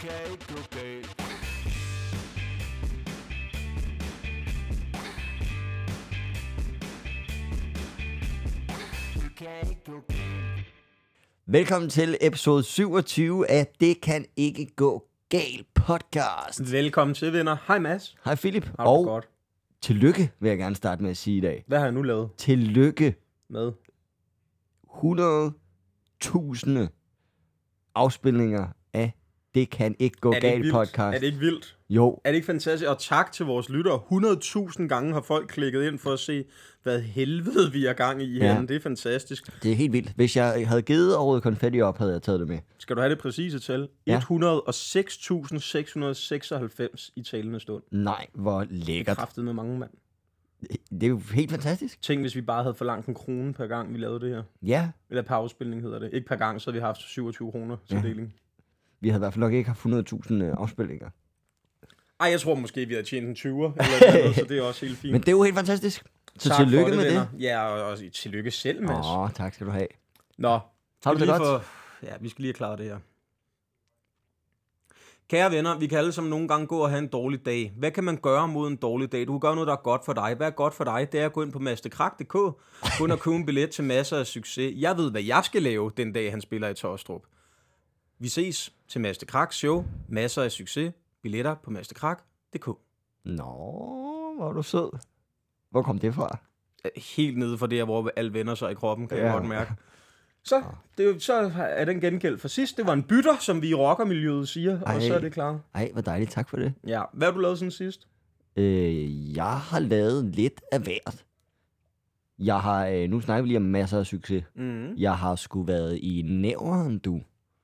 kan ikke gå galt. Det kan ikke gå galt. Velkommen til episode 27 af Det kan ikke gå galt podcast. Velkommen til, venner. Hej Mads. Hej Philip. Har du Og godt? tillykke vil jeg gerne starte med at sige i dag. Hvad har jeg nu lavet Tillykke. med? 100.000 afspilninger af Det kan ikke gå galt podcast. Er det ikke vildt? Jo. Er det ikke fantastisk? Og tak til vores lyttere. 100.000 gange har folk klikket ind for at se, hvad helvede vi er gang i herinde. Det er fantastisk. Det er helt vildt. Hvis jeg havde givet året konfetti op, havde jeg taget det med. Skal du have det præcise tal? Ja. 106.696 i talende stund. Nej, hvor lækkert. Kraftet med mange mand. Det er jo helt fantastisk. Tænk, hvis vi bare havde forlangt en krone per gang, vi lavede det her. Ja, Eller per afspilning hedder det. Ikke per gang, så havde vi haft 27 kroner til deling. vi havde i hvert fald nok ikke haft 100.000 afspilninger. Ej, jeg tror måske, vi havde tjent en 20'er, eller noget, så det er også helt fint. Men det er jo helt fantastisk. Så Tak tillykke for med venner. det. Ja, og tillykke selv, Mads. Tak skal du have. Nå, Har du det godt? Ja, vi skal lige have klaret det her. Kære venner, vi kan alle sammen nogle gange gå og have en dårlig dag. Hvad kan man gøre mod en dårlig dag? Du kan gøre noget, der er godt for dig. Hvad er godt for dig? Det er at gå ind på masterkrak.dk, gå ind og købe en billet til masser af succes. Jeg ved, hvad jeg skal lave den dag, han spiller i Taastrup. Vi ses til Masterkrak show. Masser af succes. Billetter på masterkrak.dk. Nå, hvor er du sød. Hvor kom det fra? Helt nede for det her, hvor alle vender sig i kroppen, kan jeg Ja. godt mærke. Så er den gengæld for sidst. Det var en bytter, som vi i rockermiljøet siger, og så er det klar. Ej, hvor dejligt. Tak for det. Ja, hvad har du lavet siden sidst? Jeg har lavet lidt af hvert. Jeg har, nu snakker vi lige om masser af succes. Mm. Jeg har sgu været i Nævren, du.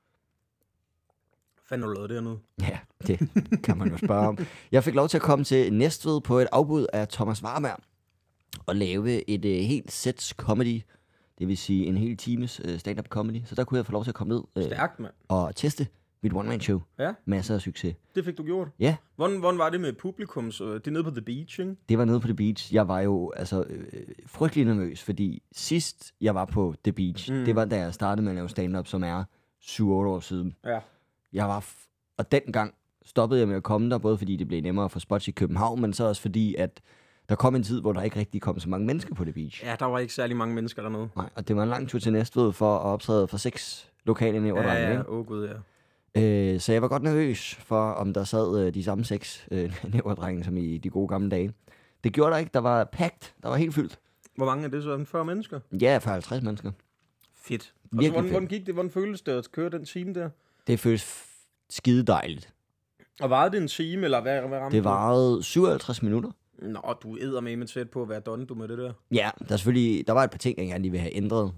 Fanden har du lavet det hernede? Ja, det kan man jo spørge om. Jeg fik lov til at komme til Næstved på et afbud af Thomas Warberg og lave et helt sets comedy. Det vil sige en hel times stand-up comedy. Så der kunne jeg få lov til at komme ned Stærkt, mand. og teste mit one-man-show. Ja, Masser af succes. det fik du gjort. Ja, Hvordan var det med publikum? Så det er nede på The Beach, ikke? det var nede på The Beach. Jeg var jo frygtelig nervøs, fordi sidst jeg var på The Beach, det var da jeg startede med at lave stand-up, som er 7-8 år siden. Ja. Jeg var og dengang stoppede jeg med at komme der, både fordi det blev nemmere for spots i København, men så også fordi, at der kom en tid, hvor der ikke rigtig kom så mange mennesker på The Beach. Ja, der var ikke særlig mange mennesker dernede. Nej, og det var en lang tur til Næstved for at optræde for 6 lokale næverdrenge. Ja, gud, ja. Så jeg var godt nervøs for, om der sad de samme 6 næverdrenge, som i de gode gamle dage. Det gjorde der ikke. Der var packed. Der var helt fyldt. Hvor mange er det så? 40 mennesker? Ja, for 50 mennesker. Fedt. Og så, Virkelig fedt. hvordan gik det? Hvordan føltes det at køre den time der? Det føles skide dejligt. Og varede det en time, eller hvad ramte Det varede 57 minutter. Nå, du eddermame tæt på at være done, du med det der. Ja, der var et par ting, jeg gerne lige ville have ændret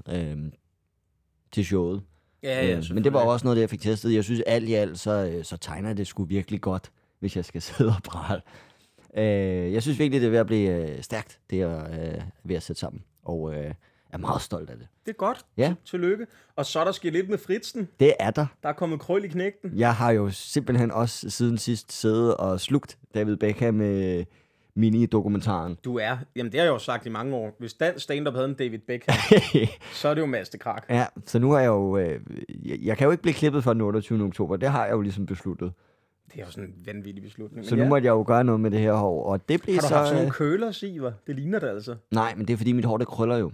til showet. Ja, Men det var også noget, jeg fik testet. Jeg synes, alt i alt, så tegner det sgu virkelig godt, hvis jeg skal sidde og prale. Jeg synes virkelig, det er ved at blive stærkt, det er ved at sætte sammen. Og er meget stolt af det. Det er godt. Ja. Tillykke. Og så er der sket lidt med Fritzen. Det er der. Der er kommet krøl i knægten. Jeg har jo simpelthen også siden sidst siddet og slugt David Beckham med mini-dokumentaren. Jamen det har jeg jo sagt i mange år. Hvis dansk stand-up havde en David Beckham, så er det jo Masterkrak. Ja, så nu er jeg jo... jeg kan jo ikke blive klippet for den 28. oktober. Det har jeg jo ligesom besluttet. Det er jo sådan en vanvittig beslutning. Så nu måtte jeg jo gøre noget med det her hår, og det bliver har så... du haft sådan nogle køler, Siver? Det ligner det altså. Nej, men det er fordi mit hår, det krøller jo.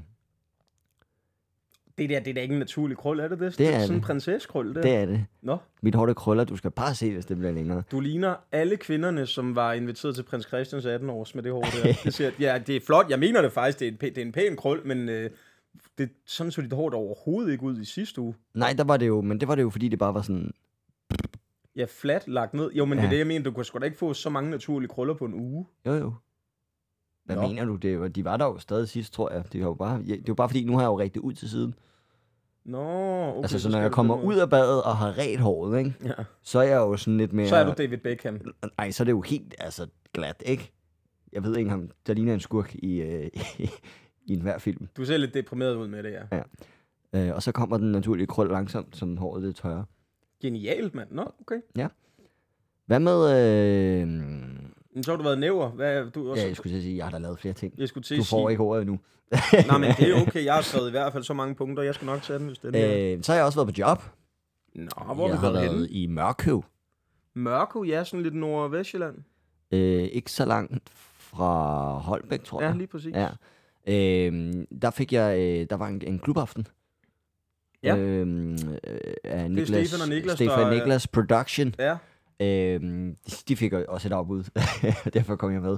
Det er da ikke en naturlig krøl, er det det? Det er sådan en det. prinsessekrøl, Det er det. Nå. Mit hår, det krøller. Du skal bare se, hvis det bliver længere. Du ligner alle kvinderne, som var inviteret til prins Christians 18-års med det hår der. Det er flot. Jeg mener det faktisk. Det er en pæn krøl, men det sådan så dit hår der overhovedet ikke ud i sidste uge. Nej, der var det jo, men det var det jo, fordi det bare var sådan... Ja, flat lagt ned. Jo, men det er det, jeg mener. Du kunne sgu da ikke få så mange naturlige krøller på en uge. Jo. Hvad mener du? De var der jo stadig sidst, tror jeg. Det var bare fordi, nu har jeg jo rigtig ud til siden. Nå, okay. Altså, så når jeg kommer ud af badet og har ret håret, ikke? Ja. Så er jeg jo sådan lidt mere... Så er du David Beckham. Nej, så er det jo helt glat, ikke? Jeg ved ikke, om der ligner en skurk i enhver film. Du ser lidt deprimeret ud med det, ja. Og så kommer den naturlige krøl langsomt, som håret det tørre. Genialt, mand. Nå, okay. Ja. Hvad med... Så har du været næver. Hvad, du også... Ja, jeg skulle til at sige, jeg har da lavet flere ting. Jeg skulle til Du at får sige... ikke ordet endnu. Nej, men det er okay. Jeg har skrevet i hvert fald så mange punkter. Jeg skal nok tage den, hvis det er Så har jeg også været på job. Nå, hvor Jeg har har du været været henne? i Mørkøv. Mørkøv, ja, sådan lidt Nordvestjylland. Ikke så langt fra Holbæk, tror jeg. Ja, lige præcis. Ja. Der fik jeg, der var en klubaften. Ja. Af Det er Stefan og Niklas, Stefan Niklas Production. Ja. De fik også et afbud, derfor kom jeg med.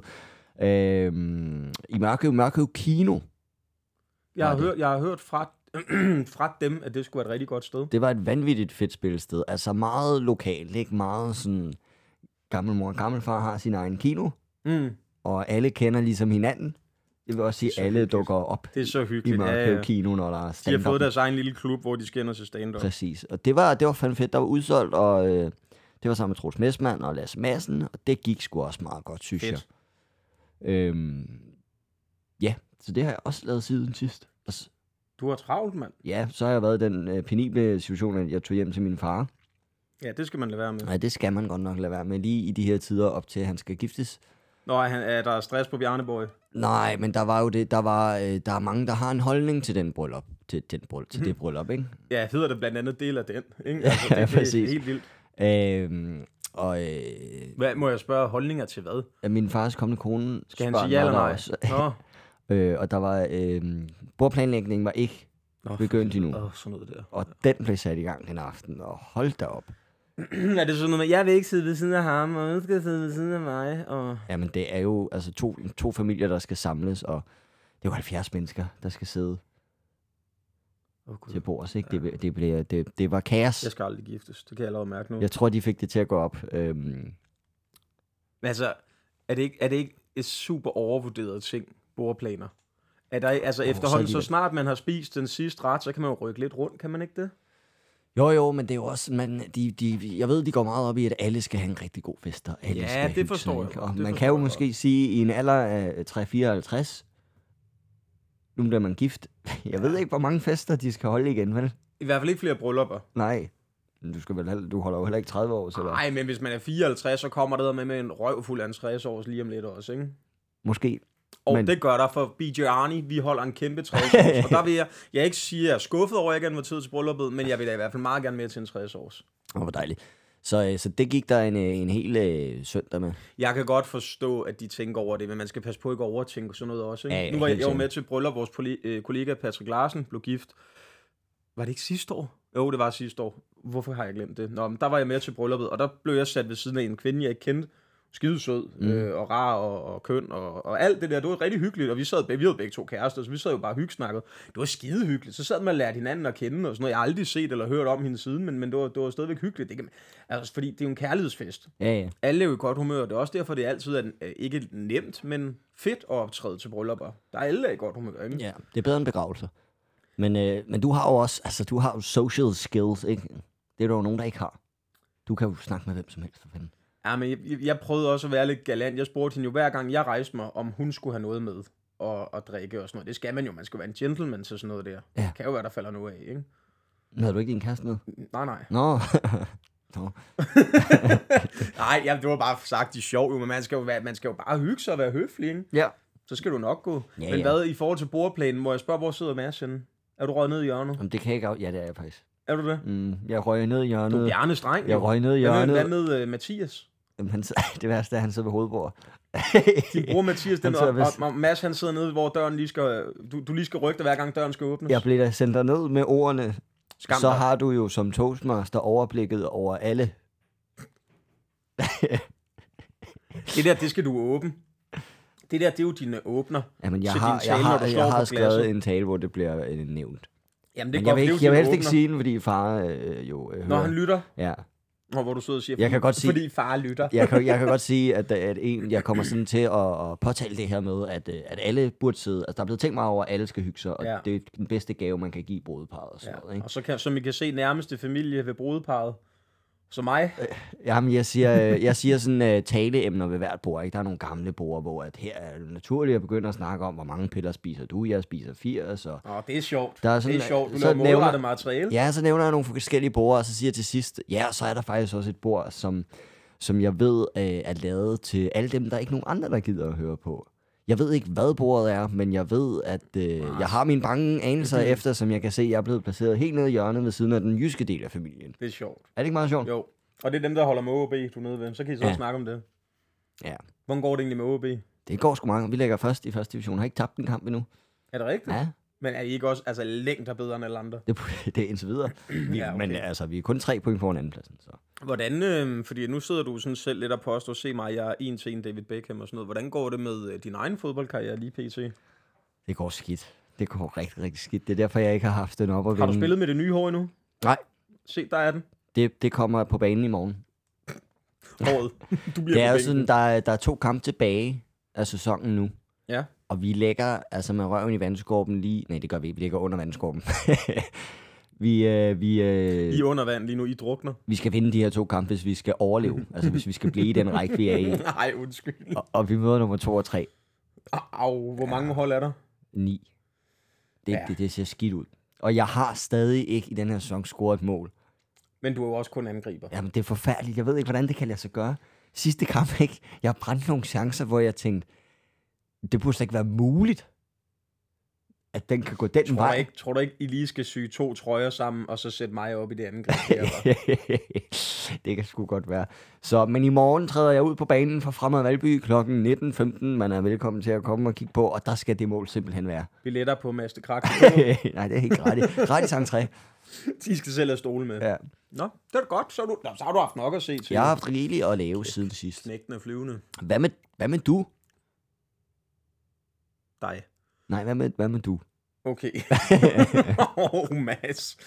I Mørkøv Kino. Jeg har hørt fra dem, at det skulle være et rigtig godt sted. Det var et vanvittigt fedt spillested. Altså meget lokalt, ikke? Meget sådan, gammelmor og gammelfar har sin egen kino, og alle kender ligesom hinanden. Det vil også sige, at alle hyggeligt. Dukker op Det er så hyggeligt. i Mørkøv Kino, når der er De stand-up. har fået deres egen lille klub, hvor de skal ind og se stand-up. Præcis. Og det var fandme fedt. Der var udsolgt, og det var sammen med Troels Messmann og Lasse Madsen, og det gik sgu også meget godt, synes Fedt. jeg. Ja, så det har jeg også lavet siden sidst. Du har travlt, mand. Ja, så har jeg været i den penible situation, at jeg tog hjem til min far. Ja, det skal man lade være med. Nej, det skal man godt nok lade være med, lige i de her tider op til, at han skal giftes. Nå, er der stress på Bjarneborg? Nej, men der var jo det, der er mange, der har en holdning til den bryllup, til det bryllup, ikke? Ja, hedder det blandt andet del af den, ikke? Altså, det er præcis. helt vildt. Hvad må jeg spørge holdninger til hvad? Min fars kommende kone skal han sige ja eller nej? Nå. Og der var bordplanlægningen var ikke begyndt endnu. Sådan noget der. Og den blev sat i gang den aften, og hold da op. Er det sådan noget med, jeg vil ikke sidde ved siden af ham, og jeg skal sidde ved siden af mig? Og... Jamen, det er jo altså to familier, der skal samles, og det er jo 70 mennesker, der skal sidde til bords, ikke? Ja. Det var kaos. Jeg skal aldrig giftes, det kan jeg allerede mærke nu. Jeg tror, de fik det til at gå op. Altså, er det ikke et super overvurderet ting, bordplaner? Er der, altså efterhånden, så snart man har spist den sidste ret, så kan man jo rykke lidt rundt, kan man ikke det? Jo, men det er jo også, jeg ved, de går meget op i, at alle skal have en rigtig god fest, og alle skal det forstår jeg. Og man kan jo måske sige, i en alder af 3-54, nu bliver man gift. Jeg ved ikke, hvor mange fester de skal holde igen, vel? I hvert fald ikke flere bryllupper. Nej, du holder jo heller ikke 30 år, så nej, men hvis man er 54, så kommer der med en røvfuld af en 60 års lige om lidt også, ikke? Måske. Og det gør der for BJ Arnie. Vi holder en kæmpe 60 års. Og der vil jeg ikke sige, at jeg er skuffet over, at jeg ikke har tid til brylluppet, men jeg vil da i hvert fald meget gerne med til en 60 års. Hvor dejligt. Så det gik der en hel søndag med. Jeg kan godt forstå, at de tænker over det, men man skal passe på ikke at overtænke sådan noget også. Ikke? Ja, nu var jeg jo med til bryllup, vores kollega Patrick Larsen blev gift. Var det ikke sidste år? Jo, det var sidste år. Hvorfor har jeg glemt det? Nå, men der var jeg med til brylluppet, og der blev jeg sat ved siden af en kvinde, jeg ikke kendte. Skidesød og rar og køn og alt det der. Det var rigtig hyggeligt, og vi havde begge to kærester, så vi sad jo bare hyggesnakket. Det var skide hyggeligt. Så sad man og lærte hinanden at kende og sådan noget. Jeg har aldrig set eller hørt om hende siden, men det var stadigvæk hyggeligt. Altså, fordi det er jo en kærlighedsfest. Ja. Alle er jo i godt humør. Det er også derfor, det altid er ikke nemt, men fedt at optræde til bryllupper. Der er alle i godt humør, ikke? Ja, det er bedre end begravelser. Men du har jo også, altså du har jo social skills, ikke? Det er der jo nogen, der ikke har. Du kan jo snakke med hvem som helst for fanden. Ja, men jeg prøvede også at være lidt galant. Jeg spurgte hende jo hver gang, jeg rejste mig, om hun skulle have noget med og drikke og sådan noget. Det skal man jo. Man skal være en gentleman til sådan noget der. Ja. Det kan jo være, der falder noget af, ikke? Havde du ikke din kæreste med? Nej. Nå. Nej, det var bare sagt i sjov, jo, men man skal jo bare hygge sig og være høflig, ikke? Ja. Så skal du nok gå. Ja, men hvad, i forhold til bordplanen, må jeg spørge, hvor sidder Mads henne? Er du røget ned i hjørnet? Jamen, det kan jeg ikke. Ja, det er jeg faktisk. Er du det? Jeg røg ned i hjørnet. Du er Bjarne-streng, jeg røg ned i hjørnet. Hvad med Mathias? Jamen, det værste er, at han sidder ved hovedbordet. Din bror Mathias, og Mads, han sidder nede, hvor døren lige skal... Du lige skal rykke dig, hver gang døren skal åbnes. Jeg blev da sendt ned med ordene. Skam så dig. har du jo som toastmaster overblikket over alle. Det der, det skal du åbne. Det der, det er jo dine åbner. Jamen, jeg har skrevet en tale, hvor det bliver nævnt. Jamen, det men jeg vil helst ikke sige den, fordi far når han lytter? Ja. Og hvor du sidder og siger, fordi far lytter. jeg kan godt sige, at jeg kommer sådan til at påtale det her med, at alle burde sidde. Altså, der er blevet tænkt meget over, at alle skal hygge sig, og det er den bedste gave, man kan give brudeparret. Og sådan noget, ikke? Og så kan, som I kan se, nærmeste familie ved brudeparret. Så mig? Jamen, jeg siger sådan taleemner ved hvert bord. Ikke? Der er nogle gamle bord, hvor at her er det naturligt at begynde at snakke om, hvor mange piller spiser du. Jeg spiser 80. Og det er sjovt. Der er sådan, det er sjovt. Du laver målrettet materiale. Ja, så nævner jeg nogle forskellige bord, og så siger jeg til sidst, ja, så er der faktisk også et bord, som jeg ved er lavet til alle dem, der er ikke nogen andre, der gider at høre på. Jeg ved ikke, hvad bordet er, men jeg ved, at jeg har mine bange anelser efter, som jeg kan se, jeg er blevet placeret helt nede i hjørnet ved siden af den jyske del af familien. Det er sjovt. Er det ikke meget sjovt? Jo. Og det er dem, der holder med OB, du er nede ved. Så kan I så snakke om det. Ja. Hvordan går det egentlig med OB? Det går sgu meget. Vi ligger først i første division. Har ikke tabt en kamp endnu. Er det rigtigt? Ja. Men er I ikke også længder bedre end alle andre? Det er indtil videre. Ja, okay. Men altså, vi er kun 3 point foran andenpladsen. Så. Hvordan, fordi nu sidder du sådan selv lidt og påstår, se mig, jeg er en til en David Beckham og sådan noget. Hvordan går det med din egen fodboldkarriere lige pt? Det går skidt. Det går rigtig, rigtig skidt. Det er derfor, jeg ikke har haft den op at vinde. Har du spillet med det nye hår endnu? Nej. Se, der er den. Det kommer på banen i morgen. Håret. Du bliver Det er på jo sådan, der er 2 kampe tilbage af sæsonen nu. Ja. Og vi lægger altså med røven i vandskorben lige... Nej, det gør vi ikke. Vi ligger under vandskorben. I er under vand lige nu. I drukner. Vi skal vinde de her 2 kampe, hvis vi skal overleve. Altså, hvis vi skal blive i den række, vi er i. Nej, undskyld. Og vi møder nummer 2 og 3. Au, hvor mange hold er der? 9. Det ser skidt ud. Og jeg har stadig ikke i den her sæson scoret et mål. Men du er jo også kun angriber. Jamen, det er forfærdeligt. Jeg ved ikke, hvordan det kan lade sig gøre. Sidste kamp, ikke? Jeg har brændt nogle chancer, hvor jeg tænkte, det burde slet ikke være muligt, at den kan gå den vej. Tror du ikke, I lige skal syge 2 trøjer sammen, og så sætte mig op i det angreb? Det kan sgu godt være. Så, men i morgen træder jeg ud på banen fra Fremad Valby kl. 19.15. Man er velkommen til at komme og kigge på, og der skal det mål simpelthen være. Billetter på Maste Krak. Nej, det er helt gratis. Gratis entré. De skal selv have stole med. Ja. Nå, det er godt. Så har du haft nok at se til. Jeg har haft rigeligt at lave siden sidst. Knægtende flyvende. Hvad med du? Dig. Nej, hvad med du? Okay. Mads.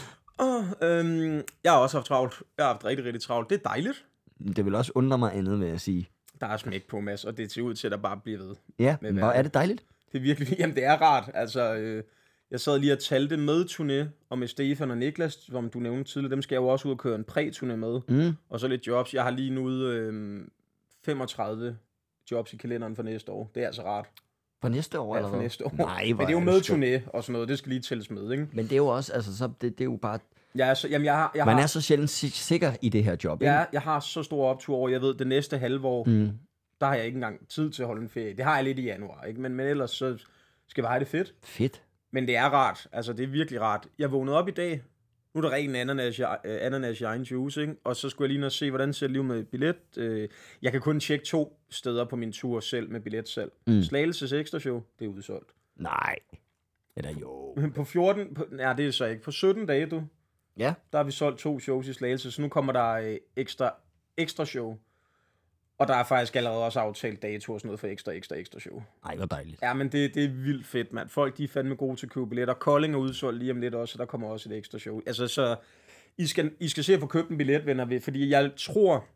Jeg har også haft travlt. Jeg har haft rigtig, rigtig travlt. Det er dejligt. Det vil også undre mig andet, vil jeg sige. Der er smæk på, Mads, og det ser ud til, at der bare bliver ved. Ja, men hvor er det dejligt? Det er virkelig, jamen det er rart. Altså, jeg sad lige og talte med turné, og med Stefan og Niklas, som du nævnte tidligere, dem skal jeg jo også ud og køre en præ-turné med. Og så lidt jobs. Jeg har lige nu 35 jobs i kalenderen for næste år. Det er altså rart. For næste år, eller for næste år. Nej, men det er jo med turné og sådan noget. Det skal lige tælles med, ikke? Men det er jo også, altså, så det er jo bare... Man er så sjældent sikker i det her job, ikke? Ja, jeg har så stor optur over, jeg ved, det næste halvår, der har jeg ikke engang tid til at holde en ferie. Det har jeg lidt i januar, ikke? Men ellers så skal vi have det fedt. Fedt. Men det er rart. Altså, det er virkelig rart. Jeg vågnede op i dag. Nu er der ren ananas i egen juice, ikke? Og så skulle jeg lige nå se, hvordan ser livet med billet. Jeg kan kun tjekke 2 steder på min tur selv med billet selv. Slagelses ekstra show, det er udsolgt. Nej. Eller jo. På 14... Nej, det er så ikke. På 17 dage, du. Ja. Der har vi solgt 2 shows i Slagelse, så nu kommer der ekstra show. Og der er faktisk allerede også aftalt dato og sådan noget for ekstra show. Ej, hvor dejligt. Ja, men det er vildt fedt, mand. Folk, de er fandme gode til at købe billetter. Kolding er udsolgt lige om lidt også, så der kommer også et ekstra show. Altså, så I skal se at få købt en billet, venner, fordi jeg tror...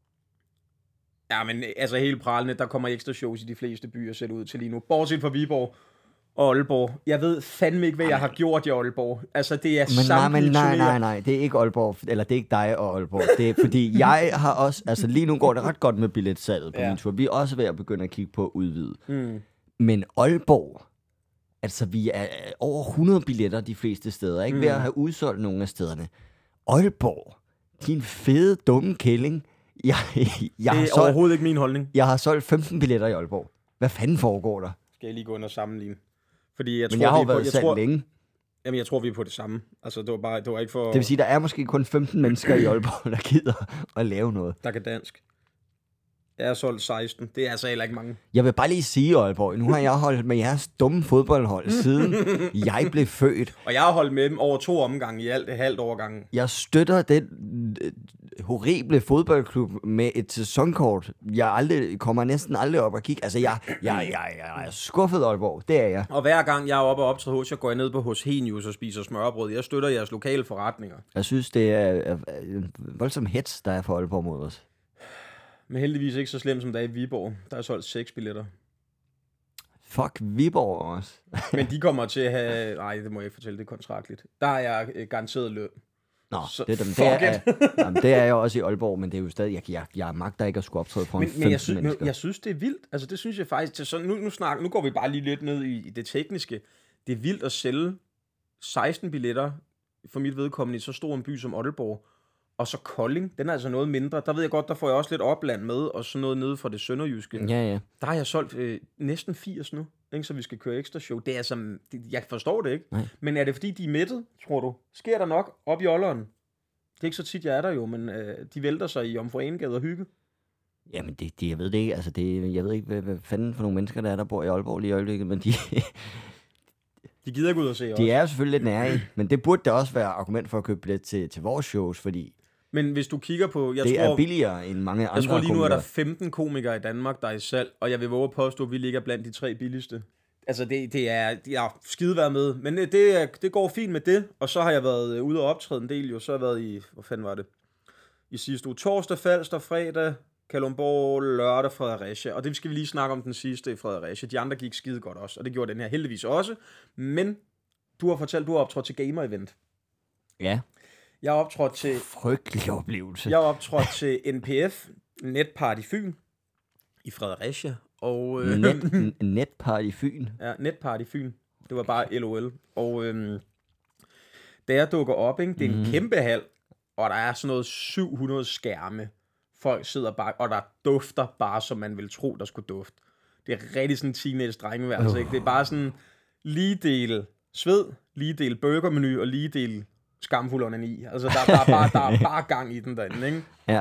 Ja, men altså helt pralende, der kommer ekstra shows i de fleste byer set ud til lige nu. Bortset fra Viborg og Aalborg. Jeg ved fandme ikke, hvad jeg har gjort i Aalborg. Altså, det er samtlige turnéer. Nej, det er ikke Aalborg, eller det er ikke dig og Aalborg. Det er, fordi jeg har også, altså lige nu går det ret godt med billetsalget på min tur. Vi er også ved at begynde at kigge på at udvide. Men Aalborg, altså vi er over 100 billetter de fleste steder, ikke ved at have udsolgt nogle af stederne. Aalborg, din fede, dumme kælling. Det er overhovedet ikke min holdning. Jeg har solgt 15 billetter i Aalborg. Hvad fanden foregår der? Skal jeg lige gå ind og sammenligne? Fordi jeg tror, men jeg har jo været salgt længe. Jamen, jeg tror, vi er på det samme. Altså, det var ikke for... Det vil sige, der er måske kun 15 mennesker i Aalborg, der gider at lave noget. Der kan dansk. Jeg har solgt 16. Det er altså heller ikke mange. Jeg vil bare lige sige, Aalborg, nu har jeg holdt med jeres dumme fodboldhold, siden jeg blev født. Og jeg har holdt med dem over 2 omgange i alt, et halvt årgang. Jeg støtter den horrible fodboldklub med et sæsonkort. Jeg kommer næsten aldrig op og kigge. Altså, jeg er skuffet, Aalborg. Det er jeg. Og hver gang jeg er oppe og optræde hos, jeg går ned på hos Henius og spiser smørbrød. Jeg støtter jeres lokale forretninger. Jeg synes, det er en voldsom hets, der er for Aalborg mod os. Men heldigvis ikke så slemt som der er i Viborg. Der er solgt 6 billetter. Fuck Viborg også. Men de kommer til at have... Nej, det må jeg ikke fortælle, det er kontraktligt. Der er jeg garanteret løn. Nå, så, det er jeg også i Aalborg, men det er jo stadig... Jeg magter ikke at skulle optræde for en 15 mennesker. Jeg synes, det er vildt. Altså, det synes jeg faktisk... Så nu går vi bare lige lidt ned i det tekniske. Det er vildt at sælge 16 billetter for mit vedkommende i så stor en by som Aalborg. Og så Kolding, den er altså noget mindre. Der ved jeg godt, der får jeg også lidt opland med, og sådan noget nede fra det sønderjyske. Ja. Der har jeg solgt næsten 80 nu, ikke? Så vi skal køre ekstra show. Det er altså, jeg forstår det ikke. Nej. Men er det fordi, de er mættet, tror du? Sker der nok op i Ålderen? Det er ikke så tit, jeg er der jo, men de vælter sig i Jomfru Anegade og hygge. Jamen, jeg ved det ikke. Altså, jeg ved ikke, hvad fanden for nogle mennesker, der bor i Aalborg lige i øjeblikket, men De gider ikke ud og se os. de er jo selvfølgelig lidt nære, men det burde da også være argument for at købe billet til vores shows, fordi Men hvis du kigger på... er billigere end mange andre Jeg tror lige nu, er der komikere. 15 komikere i Danmark, der er i salg, og jeg vil våge at påstå, at vi ligger blandt de 3 billigste. Altså, det er skide være med, men det går fint med det, og så har jeg været ude og optræde en del, jo. Så har jeg været i, hvor fanden var det? I sidste uge. Torsdag, Falster, fredag, Kalundborg, lørdag, Fredericia, og det skal vi lige snakke om den sidste i Fredericia. De andre gik skide godt også, og det gjorde den her heldigvis også, men du har fortalt, du har optrådt til Gamer-event. Ja. Jeg har optrådt til... Frygtelig oplevelse. Jeg har optrådt til NPF, Netparty Fyn, i Fredericia, og... Netparty Fyn. Ja, Netparty Fyn. Det var bare LOL. Og da jeg dukker op, ikke, det er en kæmpe hal, og der er sådan noget 700 skærme. Folk sidder bare, og der dufter bare, som man ville tro, der skulle dufte. Det er rigtig sådan en teenage-drengeværelse, ikke? Det er bare sådan lige del sved, lige del burgermenu, og lige del skamfuld onani. Altså, der er bare gang i den derinde, ikke? Ja.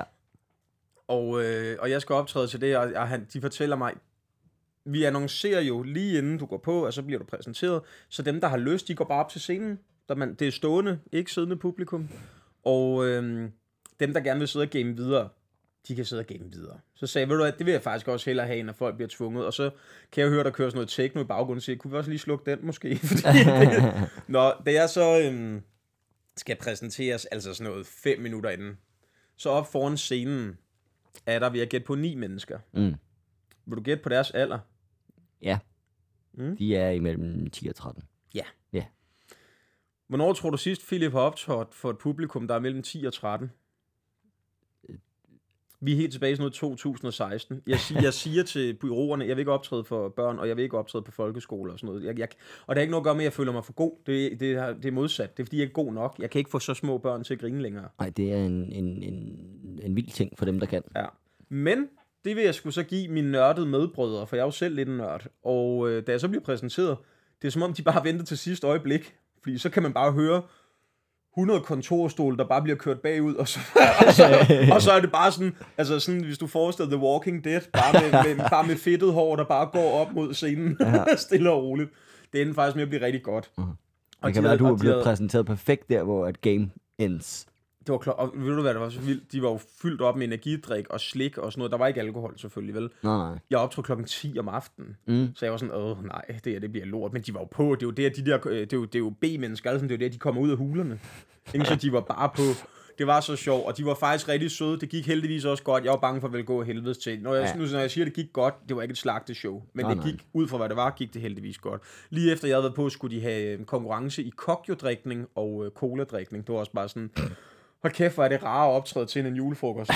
Og jeg skal optræde til det, og de fortæller mig, vi annoncerer jo lige inden du går på, og så bliver du præsenteret, så dem, der har lyst, de går bare op til scenen. Det er stående, ikke siddende publikum. Og dem, der gerne vil sidde og game videre, de kan sidde og game videre. Så sagde jeg, ved du hvad, det vil jeg faktisk også hellere have, når folk bliver tvunget. Og så kan jeg høre, der kører sådan noget techno i baggrunden, og siger, kunne vi også lige slukke den måske? Da jeg så skal præsenteres, altså sådan noget 5 minutter inden, så op foran scenen er der, vil jeg gætte på 9 mennesker. Vil du gætte på deres alder? Ja. De er imellem 10 og 13. Ja. Ja. Hvornår tror du sidst, Philip har optrådt for et publikum, der er mellem 10 og 13? Vi er helt tilbage i sådan noget 2016. Jeg siger til bureauerne, jeg vil ikke optræde for børn, og jeg vil ikke optræde på folkeskoler og sådan noget. Og det er ikke noget at gøre med, at jeg føler mig for god. Det er modsat. Det er fordi, jeg er god nok. Jeg kan ikke få så små børn til at grine længere. Nej, det er en vild ting for dem, der kan. Ja. Men det vil jeg sgu så give mine nørdede medbrødre, for jeg er jo selv lidt en nørd. Og da jeg så bliver præsenteret, det er som om, de bare har ventet til sidste øjeblik. Fordi så kan man bare høre 100 kontorstole, der bare bliver kørt bagud, og så er det bare sådan, altså sådan, hvis du forestiller The Walking Dead, bare med fedtet hår, der bare går op mod scenen, stille og roligt. Det ender faktisk med at blive rigtig godt. Det kan være, at du er blevet præsenteret perfekt der, hvor et game ends. Det var og ved du hvad, det var så vildt? De var jo fyldt op med energidrik og slik og sådan noget. Der var ikke alkohol selvfølgelig, vel? Nej. Jeg optrådte klokken 10 om aftenen. Så jeg var sådan, nej, det bliver lort. Men de var jo på. Det er jo det, de der, det er jo B-mennesker, altså, det er jo det, de kommer ud af hulerne. Så de var bare på. Det var så sjovt, og de var faktisk rigtig søde. Det gik heldigvis også godt. Jeg var bange for at ville gå helvedes til. Når jeg siger, at det gik godt, det var ikke et slagteshow. Men det gik ud fra, hvad det var, gik det heldigvis godt. Lige efter jeg havde været på, skulle de have konkurrence i kokjodrikning og cola-drikning. Det var også bare sådan... Hold kæft, hvor er det rare at optræde til en julefrokost.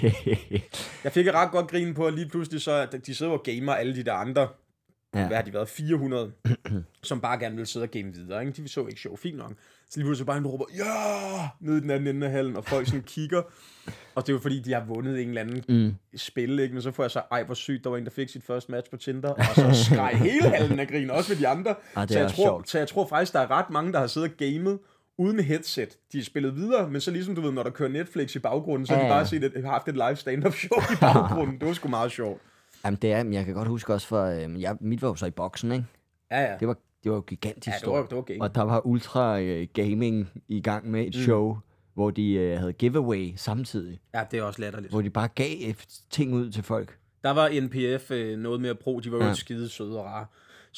Jeg fik et ret godt grin på, at lige pludselig så, at de sidder og gamer alle de der andre. Ja. Hvad har de været? 400, som bare gerne vil sidde og game videre. Ikke? De så ikke show, fint nok. Så lige pludselig bare en råber, ja, nede i den anden ende af hallen, og folk sådan kigger. Og det er jo fordi, de har vundet en eller anden spil, ikke? Men så får jeg så, hvor sygt, der var en, der fik sit første match på Tinder, og så skreg hele hallen af grin, også ved de andre. Så jeg tror faktisk, der er ret mange, der har siddet og gamet, uden headset. De er spillet videre, men så ligesom du ved, når der kører Netflix i baggrunden, så har de bare set, at haft et live stand-up show i baggrunden. Det var sgu meget sjovt. Jamen det er, jeg kan godt huske også for, mit var jo så i boksen, ikke? Ja. Det var jo gigantisk stort. Det var gaming. Og der var Ultra Gaming i gang med et show, hvor de havde giveaway samtidig. Ja, det er også latterligt. Hvor de bare gav ting ud til folk. Der var NPF noget mere pro, de var jo skide søde og rare.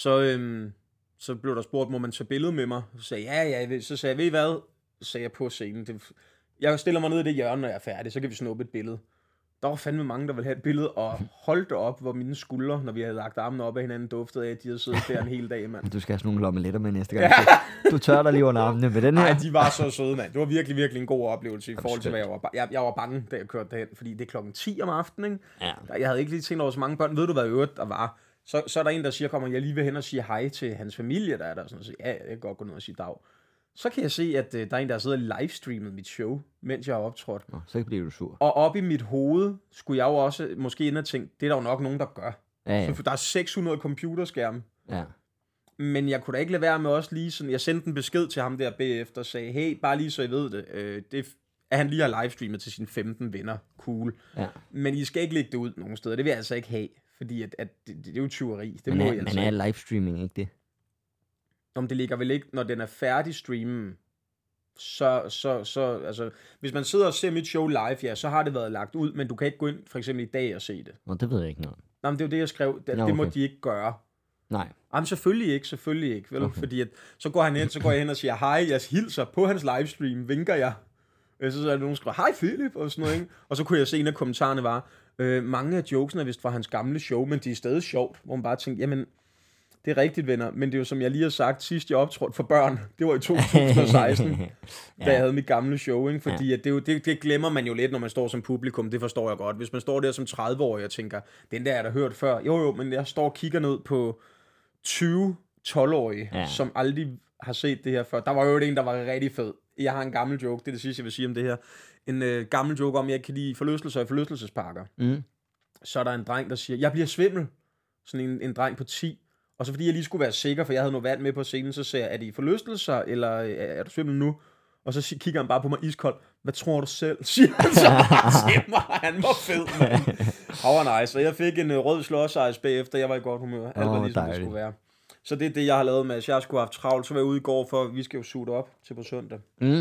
Så blev der spurgt, må man tage billede med mig? Så sagde jeg, så sagde jeg, ved I hvad? Så sagde jeg på scenen. Jeg stiller mig ned i det hjørne, når jeg er færdig, så kan vi snuppe et billede. Der var fandme mange, der ville have et billede, og holdt det op, hvor mine skuldre, når vi havde lagt armene op af hinanden, duftede af, at de havde siddet der en hel dag, mand. Du skal have sådan nogle lommeletter med næste gang. Du tørrer dig lige under armene med den her. Nej, de var så søde, mand. Det var virkelig, virkelig en god oplevelse i forhold til, hvad jeg var. Jeg var bange, da jeg kørte derhen, fordi det er klokken 10 om aftenen, ikke? Ja. Jeg havde ikke lige tænkt over så mange børn. Ved du, hvad øvrigt der var? Så er der en, der siger, kommer jeg lige ved hen og siger hej til hans familie, der er der. Sådan, så ja, jeg kan godt gå ned og sige dag. Så kan jeg se, at der er en, der sidder og livestreamet mit show, mens jeg har optrådt. Så bliver du sur. Og op i mit hoved skulle jeg jo også måske ind og tænke, det er der jo nok nogen, der gør. Ja. For der er 600 computerskærme. Ja. Men jeg kunne da ikke lade være med også lige sådan, jeg sendte en besked til ham der bagefter og sagde, hey, bare lige så I ved det, at han lige har livestreamet til sine 15 venner. Cool. Ja. Men I skal ikke lægge det ud nogen steder. Det vil jeg altså ikke have, fordi det er jo tyveri. Det må I altså men er livestreaming ikke det? Om det ligger vel ikke, når den er færdig streamen, så altså, hvis man sidder og ser mit show live, ja, så har det været lagt ud, men du kan ikke gå ind for eksempel i dag og se det. Nå, det ved jeg ikke noget. Nej, men det er jo det, jeg skrev. Det må de ikke gøre. Nej. Jamen selvfølgelig ikke, vel? Okay. Fordi så går jeg hen og siger, hej, jeg hilser på hans livestream, vinker jeg. Så er der nogen, der skriver, hej Philip, og sådan noget, ikke? Og så kunne jeg se, en af kommentarerne var, mange af jokesene er vist fra hans gamle show, men de er stadig sjovt, hvor man bare tænkte, jamen, det er rigtigt, venner, men det er jo, som jeg lige har sagt, sidst jeg optrådte for børn, det var i 2016, da jeg havde mit gamle show, ikke? Fordi at det glemmer man jo lidt, når man står som publikum, det forstår jeg godt. Hvis man står der som 30-årig og tænker, den der er der hørt før, jo, men jeg står og kigger ned på 20 12-årige, som aldrig har set det her før. Der var jo en, der var rigtig fed. Jeg har en gammel joke, det er det sidste, jeg vil sige om det her. En gammel joke om, jeg kan lide forlystelser i forlystelsesparker. Så er der en dreng, der siger, jeg bliver svimmel. Sådan en dreng på 10. Og så fordi jeg lige skulle være sikker, for jeg havde noget vand med på scenen, så siger jeg, er det i forlystelser, eller er du svimmel nu? Og så kigger han bare på mig iskold. Hvad tror du selv? Siger han så til mig. Han var fed, mand. Han var nice. Så jeg fik en rød slåsejs bagefter. Jeg var i godt humør. Alt var ligesom det skulle være. Så det er det, jeg har lavet med. Jeg skulle have haft travlt. Så var jeg ude i går, for vi skal jo suge op til på søndag.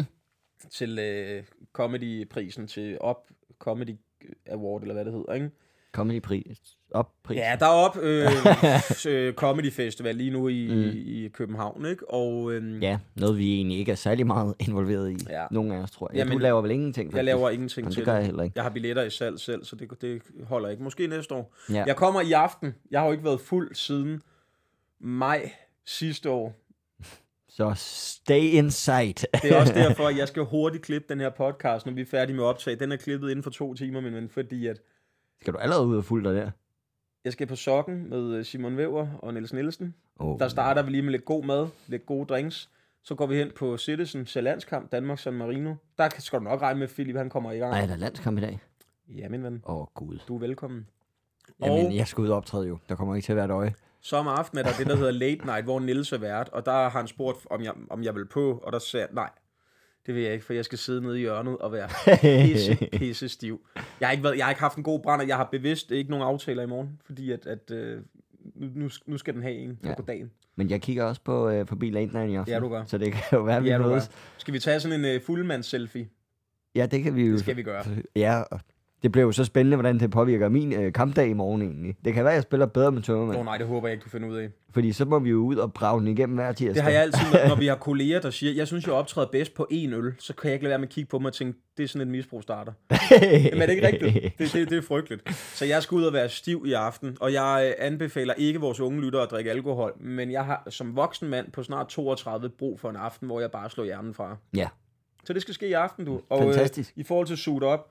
Til comedy-prisen. Til Comedy Award, eller hvad det hedder, ikke? Comedy-pris. Ja, der er Comedy Festival lige nu i København, ikke? Og, ja, noget vi egentlig ikke er særlig meget involveret i. Ja. Nogle af os, tror jeg. Jamen, du laver vel ingenting? Faktisk. Jeg laver ingenting til det. Gør jeg heller ikke. Jeg har billetter i salg selv, så det holder ikke. Måske næste år. Ja. Jeg kommer i aften. Jeg har jo ikke været fuld siden maj sidste år. Så stay inside. Det er også derfor, at jeg skal hurtigt klippe den her podcast, når vi er færdige med optag. Den er klippet inden for 2 timer, min ven, fordi at... Skal du allerede ud og fulde dig der? Jeg skal på Sokken med Simon Væver og Niels Nielsen. Der starter vi lige med lidt god mad, lidt gode drinks. Så går vi hen på Citizen til landskamp, Danmark San Marino. Der skal du nok regne med, Philip, han kommer i gang. Nej, der er landskamp i dag. Ja, min ven. Gud. Du er velkommen. Jamen, jeg skal ud og optræde jo. Der kommer ikke til at være et øje. Så om aftenen er der det, der hedder Late Night, hvor Niels er vært. Og der har han spurgt, om jeg vil på. Og der sagde jeg, nej, det vil jeg ikke, for jeg skal sidde nede i hjørnet og være pisse stiv. Jeg har ikke haft en god brænder. Jeg har bevidst ikke nogen aftaler i morgen, fordi at nu skal den have en på dagen. Men jeg kigger også på forbi Late Night i aften. Ja, du gør. Så det kan jo være, vi mødes. Skal vi tage sådan en fuldmands-selfie? Ja, det kan vi jo. Det skal vi gøre. Ja, det bliver jo så spændende, hvordan det påvirker min kampdag i morgen egentlig. Det kan være, at jeg spiller bedre med tømmermand. Nej, det håber jeg ikke, du finder ud af. Fordi så må vi jo ud og brage den igennem hver tirsdag. Det har jeg altid, når vi har kolleger, der siger, jeg synes, jeg optræder bedst på en øl, så kan jeg ikke lade være med at kigge på mig og tænke, det er sådan et misbrug starter. Men er det ikke rigtigt? Det er frygteligt. Så jeg skal ud og være stiv i aften, og jeg anbefaler ikke vores unge lyttere at drikke alkohol, men jeg har som voksen mand på snart 32 brug for en aften, hvor jeg bare slår hjernen fra. Ja. Så det skal ske i aften, du. Og fantastisk. I forhold til suit op,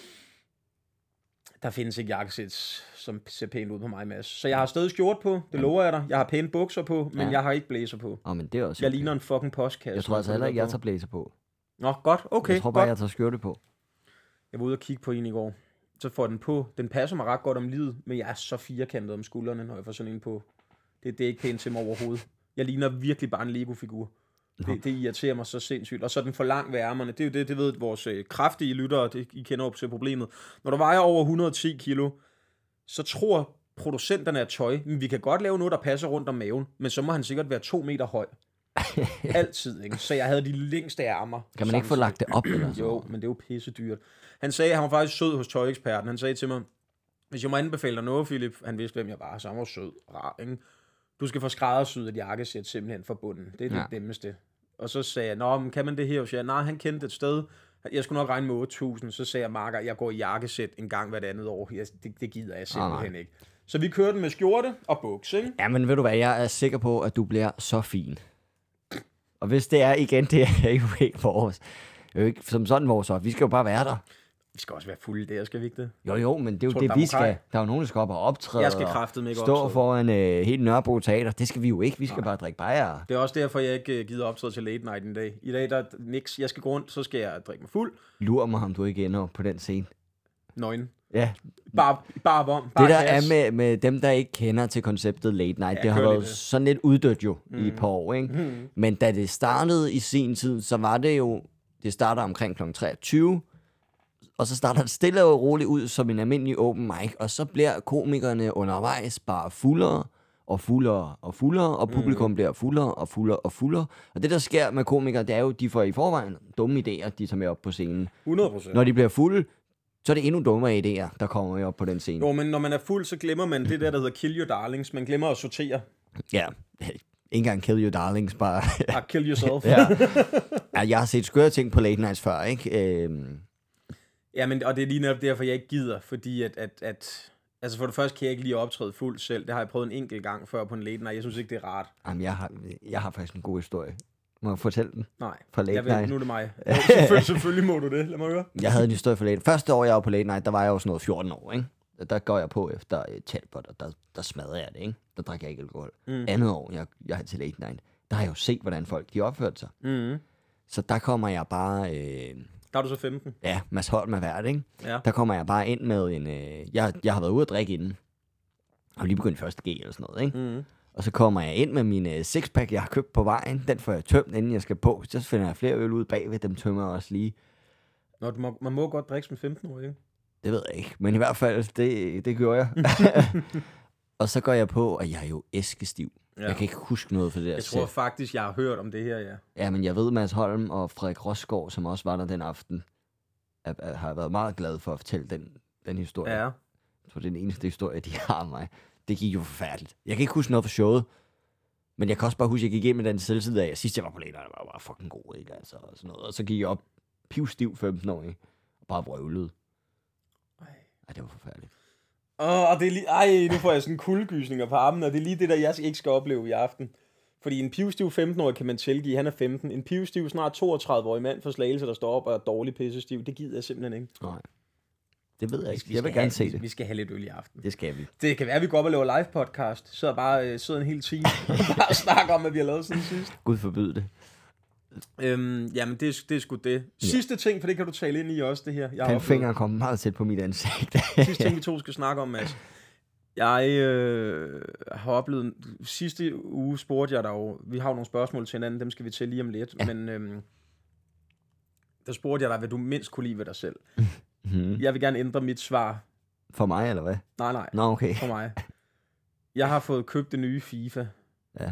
der findes ikke jakkesæt, som ser pænt ud på mig, Mads. Så jeg har stadig skjort på, det lover jeg dig. Jeg har pæne bukser på, men jeg har ikke blæser på. Men det er også jeg ligner en fucking postkasse. Jeg tror altså heller ikke, jeg tager blæser på. Nå, godt, okay. Jeg tror bare, jeg tager skjorte på. Jeg var ude og kigge på en i går. Så får den på. Den passer mig ret godt om livet, men jeg er så firkantet om skuldrene, når jeg får sådan en på. Det er ikke pænt til mig overhovedet. Jeg ligner virkelig bare en Lego-figur. Det irriterer mig så sindssygt. Og så den for lang ved ærmerne. Det er jo det ved vores kraftige lyttere, I kender op til problemet. Når du vejer over 110 kilo, så tror producenterne af tøj, men vi kan godt lave noget, der passer rundt om maven, men så må han sikkert være 2 meter høj. Altid, ikke? Så jeg havde de længste ærmer. Kan man ikke få lagt det op? Eller så? Jo, men det er jo pisse dyrt. Han sagde, han var faktisk sød hos tøjeksperten. Han sagde til mig, hvis jeg må anbefale dig noget, Philip, han vidste, hvem jeg var, så han var sød, rar, ikke? Du skal få skræddersyet et jakkesæt simpelthen fra bunden. Det er det nemmeste. Og så sagde jeg, nå, men kan man det her? Og så nej, han kendte et sted. Jeg skulle nok regne med 8.000. Så sagde jeg, Marker, jeg går i jakkesæt en gang hvert andet år. Det gider jeg simpelthen ikke. Så vi kørte den med skjorte og buks, ikke? Ja, men ved du hvad, jeg er sikker på, at du bliver så fin. Og hvis det er igen, det er jo ikke vores. Det er jo ikke som sådan vores op. Vi skal jo bare være der. Vi skal også være fulde der, skal vi ikke det? Jo, men det er jo det, vi skal. Der er jo nogen, der skal op og optræde. Jeg skal kraftedeme ikke optræde. Stå foran helt Nørrebro Teater. Det skal vi jo ikke. Vi skal bare drikke bajer. Det er også derfor, jeg ikke gider optræde til Late Night en dag. I dag der er niks. Jeg skal gå rundt, så skal jeg drikke mig fuld. Lur mig, om du ikke ender på den scene. Nøgen. Ja. Bare vom. Det der er med dem, der ikke kender til konceptet Late Night, det har været sådan lidt uddødt jo i et par år, ikke? Men da det startede i sin tid, så var det jo, det starter omkring kl. 23. og så starter det stille og roligt ud som en almindelig open mic, og så bliver komikerne undervejs bare fuldere og fuldere og fuldere, og publikum bliver fuldere og fuldere og fuldere. Og det, der sker med komikere, det er jo, de får i forvejen dumme idéer, de tager med op på scenen. 100%. Når de bliver fulde, så er det endnu dummere idéer, der kommer med op på den scene. Jo, men når man er fuld, så glemmer man det der hedder kill your darlings. Man glemmer at sortere. Ja, ikke engang kill your darlings, bare... Kill yourself. Ja, jeg har set skøre ting på late nights før, ikke? Ja, men, og det er lige netop derfor, jeg ikke gider, fordi at altså for det første kan jeg ikke lige optræde fuldt selv. Det har jeg prøvet en enkelt gang før på en late night. Jeg synes ikke, det er rart. Jamen, jeg har faktisk en god historie. Må jeg fortælle den? Nej, fra late jeg ved, night? nu er det mig. Selvfølgelig må du det. Lad mig høre. Jeg havde en historie for late. Første år, jeg var på late night, der var jeg jo sådan noget 14 år, ikke? Der går jeg på efter Talbot, og der smadrede jeg det, ikke? Der drak jeg ikke alkohol. Andet år, jeg er til late night, der har jeg jo set, hvordan folk de opførte sig. Så der kommer jeg bare... Der er du så 15. Ja, Mads Holm er vært, ikke? Ja. Der kommer jeg bare ind med en... Jeg har været ude at drikke inden. Og lige begyndt første G eller sådan noget, ikke? Og så kommer jeg ind med min sixpack, jeg har købt på vejen. Den får jeg tømt, inden jeg skal på. Så finder jeg flere øl ud bagved, dem tømmer jeg også lige. Nå, man må godt drikke som 15 år, ikke? Det ved jeg ikke, men i hvert fald, det gjorde jeg. Og så går jeg på, og jeg er jo æskestiv. Ja. Jeg kan ikke huske noget for det der. Jeg tror faktisk, jeg har hørt om det her, ja. Ja, men jeg ved, Mads Holm og Frederik Rosgaard, som også var der den aften, har været meget glad for at fortælle den historie. Ja. Jeg tror, det er den eneste historie, de har af mig. Det gik jo forfærdeligt. Jeg kan ikke huske noget for showet, men jeg kan også bare huske, at jeg gig ind med den selvtid af, sidst jeg var på læner, jeg var bare fucking god, ikke? Altså, og sådan noget. Og så gik jeg op pivstiv 15-årig, og bare vrøvlede. Ej, det var forfærdeligt. Og det er lige, nu får jeg sådan kuldegysninger på armen, og det er lige det der, jeg ikke skal opleve i aften. Fordi en pivstiv 15-årig kan man tilgive, han er 15. En pivstiv snart 32-årig mand for Slagelse, der står op og er dårlig pissestiv, det gider jeg simpelthen ikke. Nej, det ved jeg ikke. Jeg vil gerne se det. Vi skal have lidt øl i aften. Det skal vi. Det kan være, at vi går op og laver live podcast, sidder en hel time og bare snakker om, at vi har lavet sådan sidst. Gud forbyde det. Jamen, det er sgu det. Sidste ting, for det kan du tale ind i også, det her. Den finger kom meget tæt på mit ansigt. Sidste ting, vi to skal snakke om, Mads. Jeg har oplevet... Sidste uge spurgte jeg dig jo... Vi har jo nogle spørgsmål til hinanden, dem skal vi til lige om lidt. Ja. Men der spurgte jeg dig, hvad du mindst kunne lide ved dig selv. Jeg vil gerne ændre mit svar. For mig, eller hvad? Nej. Nå, okay. For mig. Jeg har fået købt det nye FIFA. Ja.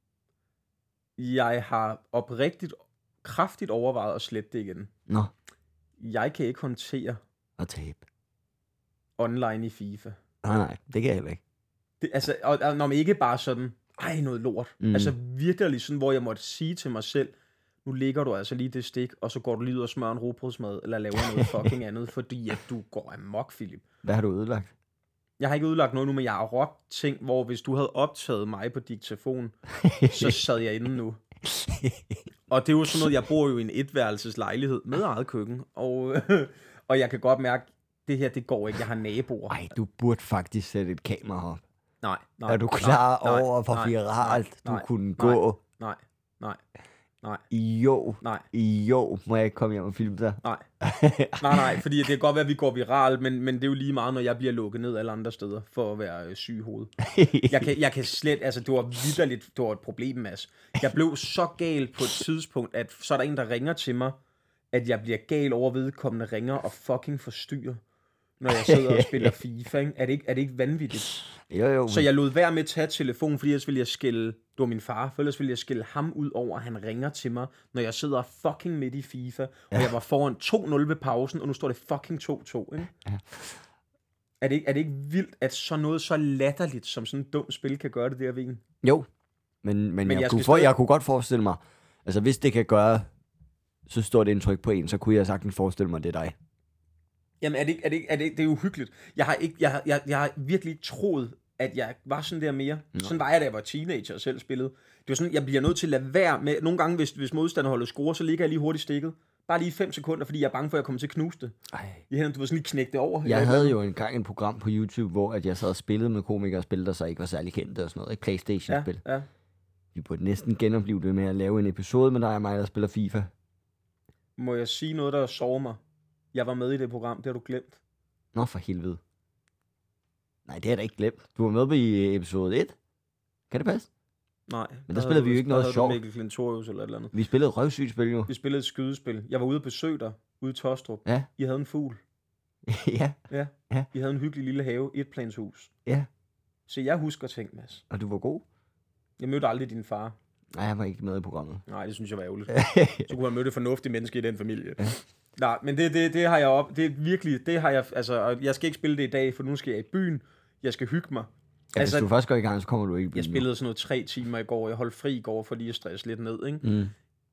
Jeg har kraftigt overvejet at slette det igen. Nå. Jeg kan ikke håndtere at tabe online i FIFA. Nej, det kan jeg heller ikke. Det, altså, og når man ikke bare sådan, noget lort. Altså virkelig sådan, hvor jeg måtte sige til mig selv, nu ligger du altså lige det stik, og så går du lige ud og smører en rugbrødsmad, eller laver noget fucking andet, fordi at du går amok, Philip. Hvad har du ødelagt? Jeg har ikke ødelagt noget nu, men jeg har råbt ting, hvor hvis du havde optaget mig på diktafon, så sad jeg inde nu. Og det er jo sådan noget, jeg bor jo i en etværelses lejlighed med eget køkken, og jeg kan godt mærke, det her, det går ikke, jeg har naboer. Ej, du burde faktisk sætte et kamera op. Nej. Er du klar over, hvor viralt du kunne gå? Nej. Jo, må jeg ikke komme hjem og filme dig? Nej, fordi det kan godt være, at vi går viralt, men det er jo lige meget, når jeg bliver lukket ned alle andre steder, for at være syg i hovedet. Jeg kan slet, altså det var vitterligt, det var et problem, Mads. Jeg blev så gal på et tidspunkt, at så er der en, der ringer til mig, at jeg bliver gal over vedkommende ringer og fucking forstyrrer, når jeg sidder og spiller FIFA, ikke? Er det ikke vanvittigt? Jo. Så jeg lod være med at tage telefonen, fordi ellers ville jeg skælde, det var min far, for ellers ville jeg skælde ham ud over, at han ringer til mig, når jeg sidder fucking midt i FIFA, og jeg var foran 2-0 ved pausen, og nu står det fucking 2-2, ikke? Ja. Er det ikke vildt, at sådan noget så latterligt, som sådan et dumt spil, kan gøre det der ved en? Jo, men jeg kunne godt forestille mig, altså hvis det kan gøre så stort indtryk på en, så kunne jeg sagtens forestille mig, det er dig. Jamen er det er uhyggeligt. Jeg har virkelig troet, at jeg var sådan der mere. Sådan var jeg, da jeg var teenager og selv spillede. Det var sådan, jeg bliver nødt til at lade være med, nogle gange, hvis modstanderholdet scorer, så ligger jeg lige hurtigt stikket. Bare lige 5 sekunder, fordi jeg er bange for, at jeg kommer til at knuse det. Du var sådan lige knække det over. Jeg havde jo engang et program på YouTube, hvor at jeg sad og spillede med komikere og spil, der så ikke var særlig kendte og sådan noget. Ikke PlayStation-spil. Ja. Vi burde næsten genopleve det med at lave en episode med dig og mig, der spiller FIFA. Må jeg sige noget, der sover mig? Jeg var med i det program, det har du glemt. Nå, for helvede. Nej, det har jeg da ikke glemt. Du var med i episode 1. Kan det passe? Nej. Men der spillede vi jo ikke noget sjovt. Mikkel Klintorius eller et eller andet. Vi spillede røvsygt spil jo. Vi spillede et skydespil. Jeg var ude at besøge dig, ude i Tostrup. Ja. I havde en fugl. Ja, Ja. Ja. Vi havde en hyggelig lille have, etplanshus. ja. Så jeg husker ting, Mads. Og du var god? Jeg mødte aldrig din far. Nej, jeg var ikke med i programmet. Nej, det synes jeg var ærgerligt. Så kunne man møde et fornuftigt menneske i den familie. Ja. Nej, men det har jeg op. Det er virkelig, det har jeg, altså, og jeg skal ikke spille det i dag, for nu skal jeg i byen. Jeg skal hygge mig. Ja, altså, hvis du først går i gang, så kommer du ikke i byen. Jeg spillede sådan noget 3 timer i går. Jeg holdt fri i går, for lige at stresse lidt ned, ikke?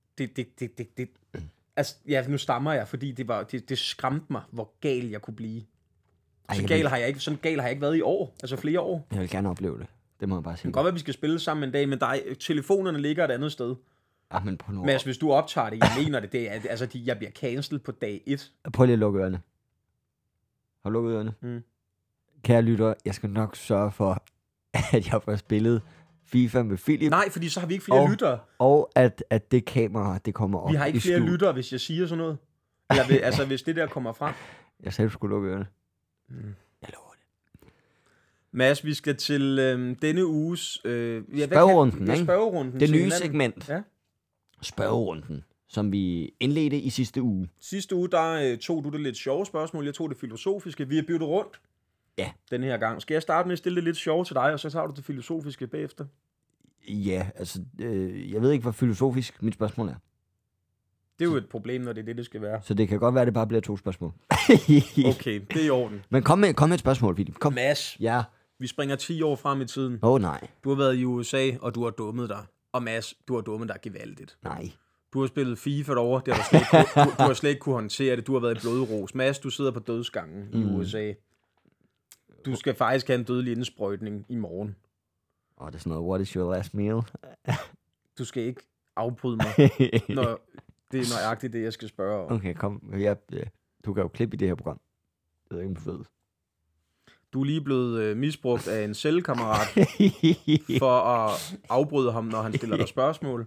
Det. Altså, ja, nu stammer jeg, fordi det skræmte mig, hvor gal jeg kunne blive. Sådan gal har jeg ikke været i år. Altså flere år. Jeg vil gerne opleve det. Det må jeg bare sige. Det kan godt være, at vi skal spille sammen en dag, men telefonerne ligger et andet sted. Ja, men på Mads, hvis du optager det, jeg mener det, altså, jeg bliver cancelled på dag 1. Prøv lige at lukke ørerne. Har du lukket ørerne? Mm. Kære lytter, jeg skal nok sørge for, at jeg får spillet FIFA med Philip. Nej, fordi så har vi ikke flere lyttere. Og at det kamera, det kommer op. Vi har ikke flere lyttere, hvis jeg siger sådan noget. Eller altså, hvis det der kommer frem. Jeg sagde, du skulle lukke ørerne. Jeg lover det. Mads, vi skal til denne uges... spørgerunden, ikke? Spørgerunden. Det nye segment. Ja. Spørgerunden, som vi indledte i sidste uge. Sidste uge, der tog du det lidt sjove spørgsmål. Jeg tog det filosofiske. Vi har byttet rundt. Ja. Den her gang. Skal jeg starte med at stille det lidt sjove til dig, og så tager du det filosofiske bagefter? Ja, altså, jeg ved ikke, hvor filosofisk mit spørgsmål er. Det er jo et problem, når det er det skal være. Så det kan godt være, at det bare bliver 2 spørgsmål. Okay, det er i orden. Men kom med et spørgsmål, Philip. Kom. Mads, Ja. vi springer 10 år frem i tiden. Nej. Du har været i USA, og du har dummet dig. Og Mads, du har dummet dig gevaldigt. Nej. Du har spillet FIFA derovre, det har du har slet ikke kunne håndtere det. Du har været i blodros. Mads, du sidder på dødsgangen i USA. Du skal faktisk have en dødelig indsprøjtning i morgen. Det er sådan noget, what is your last meal? Du skal ikke afbryde mig, når det er nøjagtigt det, jeg skal spørge om. Okay, kom. Du kan jo klippe i det her program. Det er ikke en fed. Du er lige blevet misbrugt af en cellekammerat for at afbryde ham, når han stiller dig spørgsmål.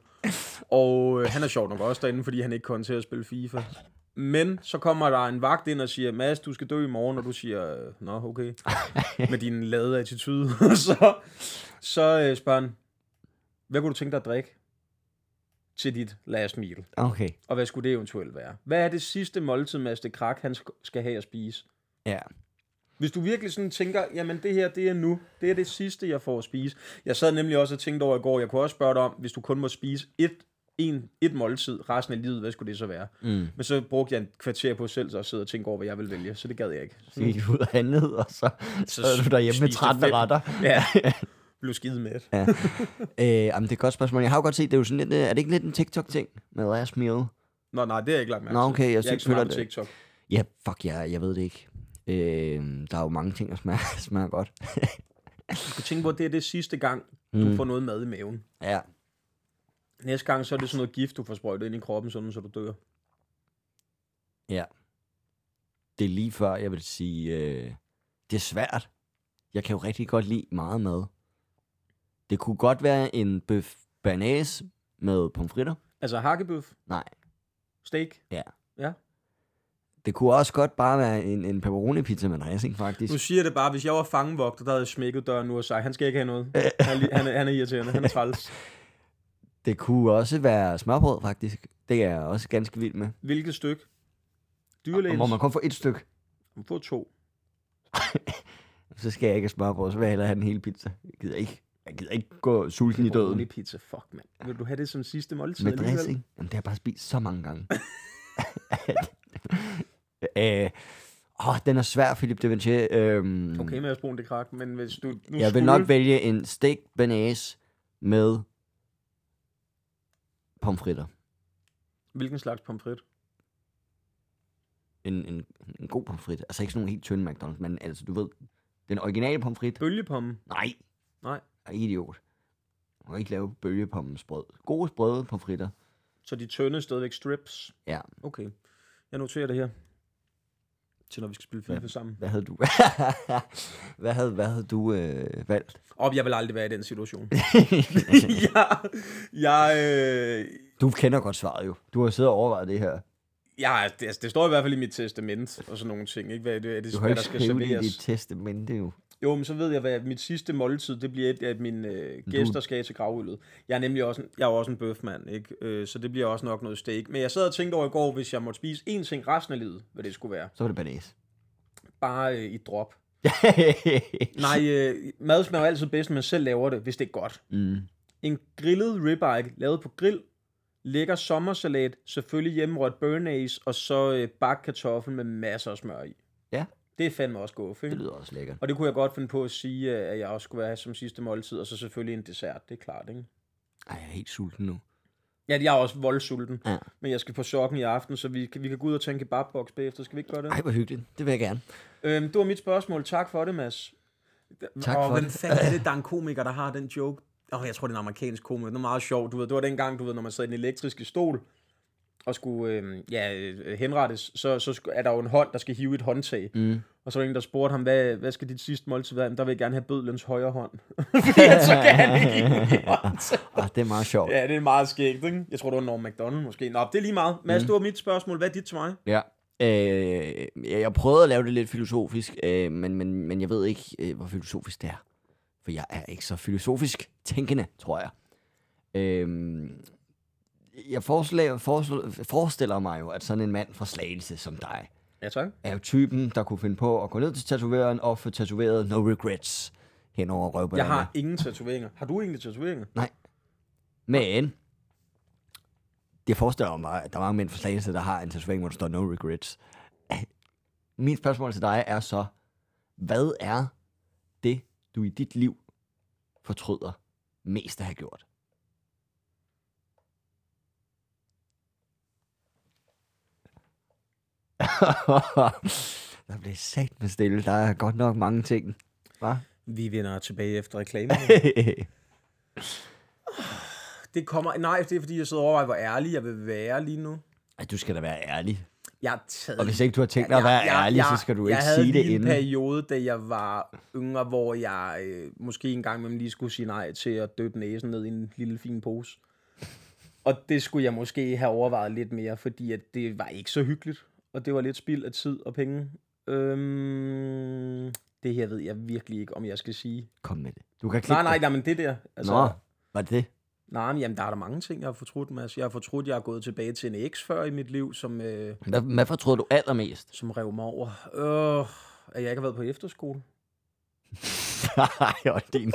Og han er sjovt nok også derinde, fordi han ikke kommer til at spille FIFA. Men så kommer der en vagt ind og siger, Mads, du skal dø i morgen, og du siger, nå, okay, med din lade attitude. så spørger han, hvad kunne du tænke dig at drikke til dit last meal? Okay. Og hvad skulle det eventuelt være? Hvad er det sidste måltid, Mads det Krak, han skal have at spise? Ja. Hvis du virkelig sådan tænker, jamen det her, det er nu. Det er det sidste, jeg får at spise. Jeg sad nemlig også og tænkte over i går, jeg kunne også spørge dig om, hvis du kun må spise et måltid resten af livet, hvad skulle det så være? Men så brugte jeg en kvarter på selv at sidde og tænke over, hvad jeg vil vælge, så det gad jeg ikke. Så gik du ud og handlede, og så er du derhjemme med 13 retter. Ja, blev skide med. Ja. Jamen, det er et godt spørgsmål. Jeg har jo godt set, det er jo sådan lidt, er det ikke lidt en TikTok-ting med last meal? Nå, nej, det er jeg ikke lagt mærke til. Nå, okay, jeg er ikke så meget på TikTok. Ja, fuck, jeg ved det ikke. Der er jo mange ting, der smager godt. Du skal tænke på, at det er det sidste gang, du får noget mad i maven. Ja. Næste gang, så er det sådan noget gift, du får sprøjtet ind i kroppen, sådan, så du dør. Ja. Det er lige før, jeg vil sige, det er svært. Jeg kan jo rigtig godt lide meget mad. Det kunne godt være en bøf bearnaise med pomfritter. Altså hakkebøf? Nej. Steak? Ja. Ja. Det kunne også godt bare være en pepperoni pizza med dressing, faktisk. Du siger det bare, hvis jeg var fangevogter, der havde smækket døren nu og sagt, han skal ikke have noget. Han er irriterende, han er træls. Det kunne også være smørbrød, faktisk. Det er jeg også ganske vild med. Hvilket stykke? Dyrlægens? Må man kun få 1 stykke? Man får 2. Så skal jeg ikke have smørbrød, så vil jeg hellere have den hele pizza. Jeg gider ikke gå sulten i døden. Pizza, fuck mand. Vil du have det som sidste måltid? Med dressing? Jamen, det har jeg bare spist så mange gange. Den er svær, Philip de Vinci. Okay, med at bruge det krak, men hvis du nu jeg vil nok vælge en steak bearnaise med pomfritter. Hvilken slags pomfrit? En god pomfrit. Altså ikke sådan nogle helt tynde McDonald's, men altså, du ved, den originale pomfrit. Bølgepommen? Nej. Nej. Jeg er idiot. Jeg kan ikke lave bølgepommesbrød. Gode sprøde pomfritter. Så de tynde stadigvæk strips? Ja. Okay. Jeg noterer det her. Til når vi skal spille FIFA sammen. Hvad havde du? hvad havde du valgt? Jeg vil aldrig være i den situation. Du kender godt svaret jo. Du har siddet og overvejet det her. Ja, det står i hvert fald i mit testament og sådan nogle ting. Ikke? Hvad er det, du har ikke skrevet det i dit testamente jo. Jo, men så ved jeg, hvad mit sidste måltid, det bliver at mine gæster skal til gravøllet. Jeg er nemlig også en bøfmand, ikke? Så det bliver også nok noget steak. Men jeg sad og tænkte over i går, hvis jeg måtte spise én ting resten af livet, hvad det skulle være. Så var det bearnaise. bare i drop. Nej, mad smager jo altid bedst, når man selv laver det, hvis det er godt. En grillet ribeye, lavet på grill, lækker sommersalat, selvfølgelig hjemmerørt béarnaise, og så bagt kartoffel med masser af smør i. Ja. Det er fandme også guf, ikke? Det lyder også lækkert. Og det kunne jeg godt finde på at sige, at jeg også skulle have som sidste måltid, og så selvfølgelig en dessert, det er klart, ikke? Ej, jeg er helt sulten nu. Ja, jeg er også voldsulten, Ja. men jeg skal på sokken i aften, så vi kan gå ud og tænke kebabboks bagefter. Skal vi ikke gøre det? Ej, hvor hyggeligt. Det vil jeg gerne. Det var mit spørgsmål. Tak for det, Mads. Tak for hvem det. fanden er det, der er en komiker, der har den joke? Jeg tror, det er en amerikansk komiker. Det er meget sjovt. Du ved, det var dengang, når man sad i den elektriske stol og skulle henrettes, så er der jo en hånd, der skal hive et håndtag. Og så var der en, der spurgte ham, hvad skal dit sidste måltid være? Der vil jeg gerne have bødlens højre hånd. Fordi så kan han ikke hive et håndtag. Det er meget sjovt. Ja, det er meget skægt, ikke? Jeg tror, det var Norm Macdonald måske. Nå, det er lige meget. Mads, det var mit spørgsmål. Hvad er dit til mig? Ja. Jeg prøvede at lave det lidt filosofisk, men jeg ved ikke, hvor filosofisk det er. For jeg er ikke så filosofisk tænkende, tror jeg. Jeg forestiller mig jo, at sådan en mand fra Slagelse som dig, Ja, tak. er jo typen, der kunne finde på at gå ned til tatovøren og få tatoveret no regrets hen over røvballerne. Jeg har ingen tatoveringer. Har du egentlig tatoveringer? Nej. Men det forestiller mig, at der er mange mænd fra Slagelse, der har en tatovering, hvor der står no regrets. Mit spørgsmål til dig er så, hvad er det, du i dit liv fortryder mest at have gjort? Der blev sagt med stille. Der er godt nok mange ting. Hva? Vi vender tilbage efter reklamen. Det er fordi, jeg sidder og overvejer, hvor ærlig jeg vil være lige nu. Ej, du skal da være ærlig. Jeg har taget... Og hvis ikke du har tænkt dig at være ærlig, så skal du ikke sige det inden. Jeg havde en periode, da jeg var yngre, hvor jeg måske en gang imellem lige skulle sige nej til at døbe næsen ned i en lille fin pose. Og det skulle jeg måske have overvejet lidt mere, fordi at det var ikke så hyggeligt. Og det var lidt spild af tid og penge. Det her ved jeg virkelig ikke, om jeg skal sige. Kom med det. Du kan klikke Nej, men det der. Altså, Nå, var det det? Nej, men jamen, der er der mange ting, jeg har fortrudt, Mads. Jeg har fortrudt, jeg har gået tilbage til en eks før i mit liv, som... Hvad fortryder du allermest? Som rev mig over. At jeg ikke har været på efterskole. Nej, og din...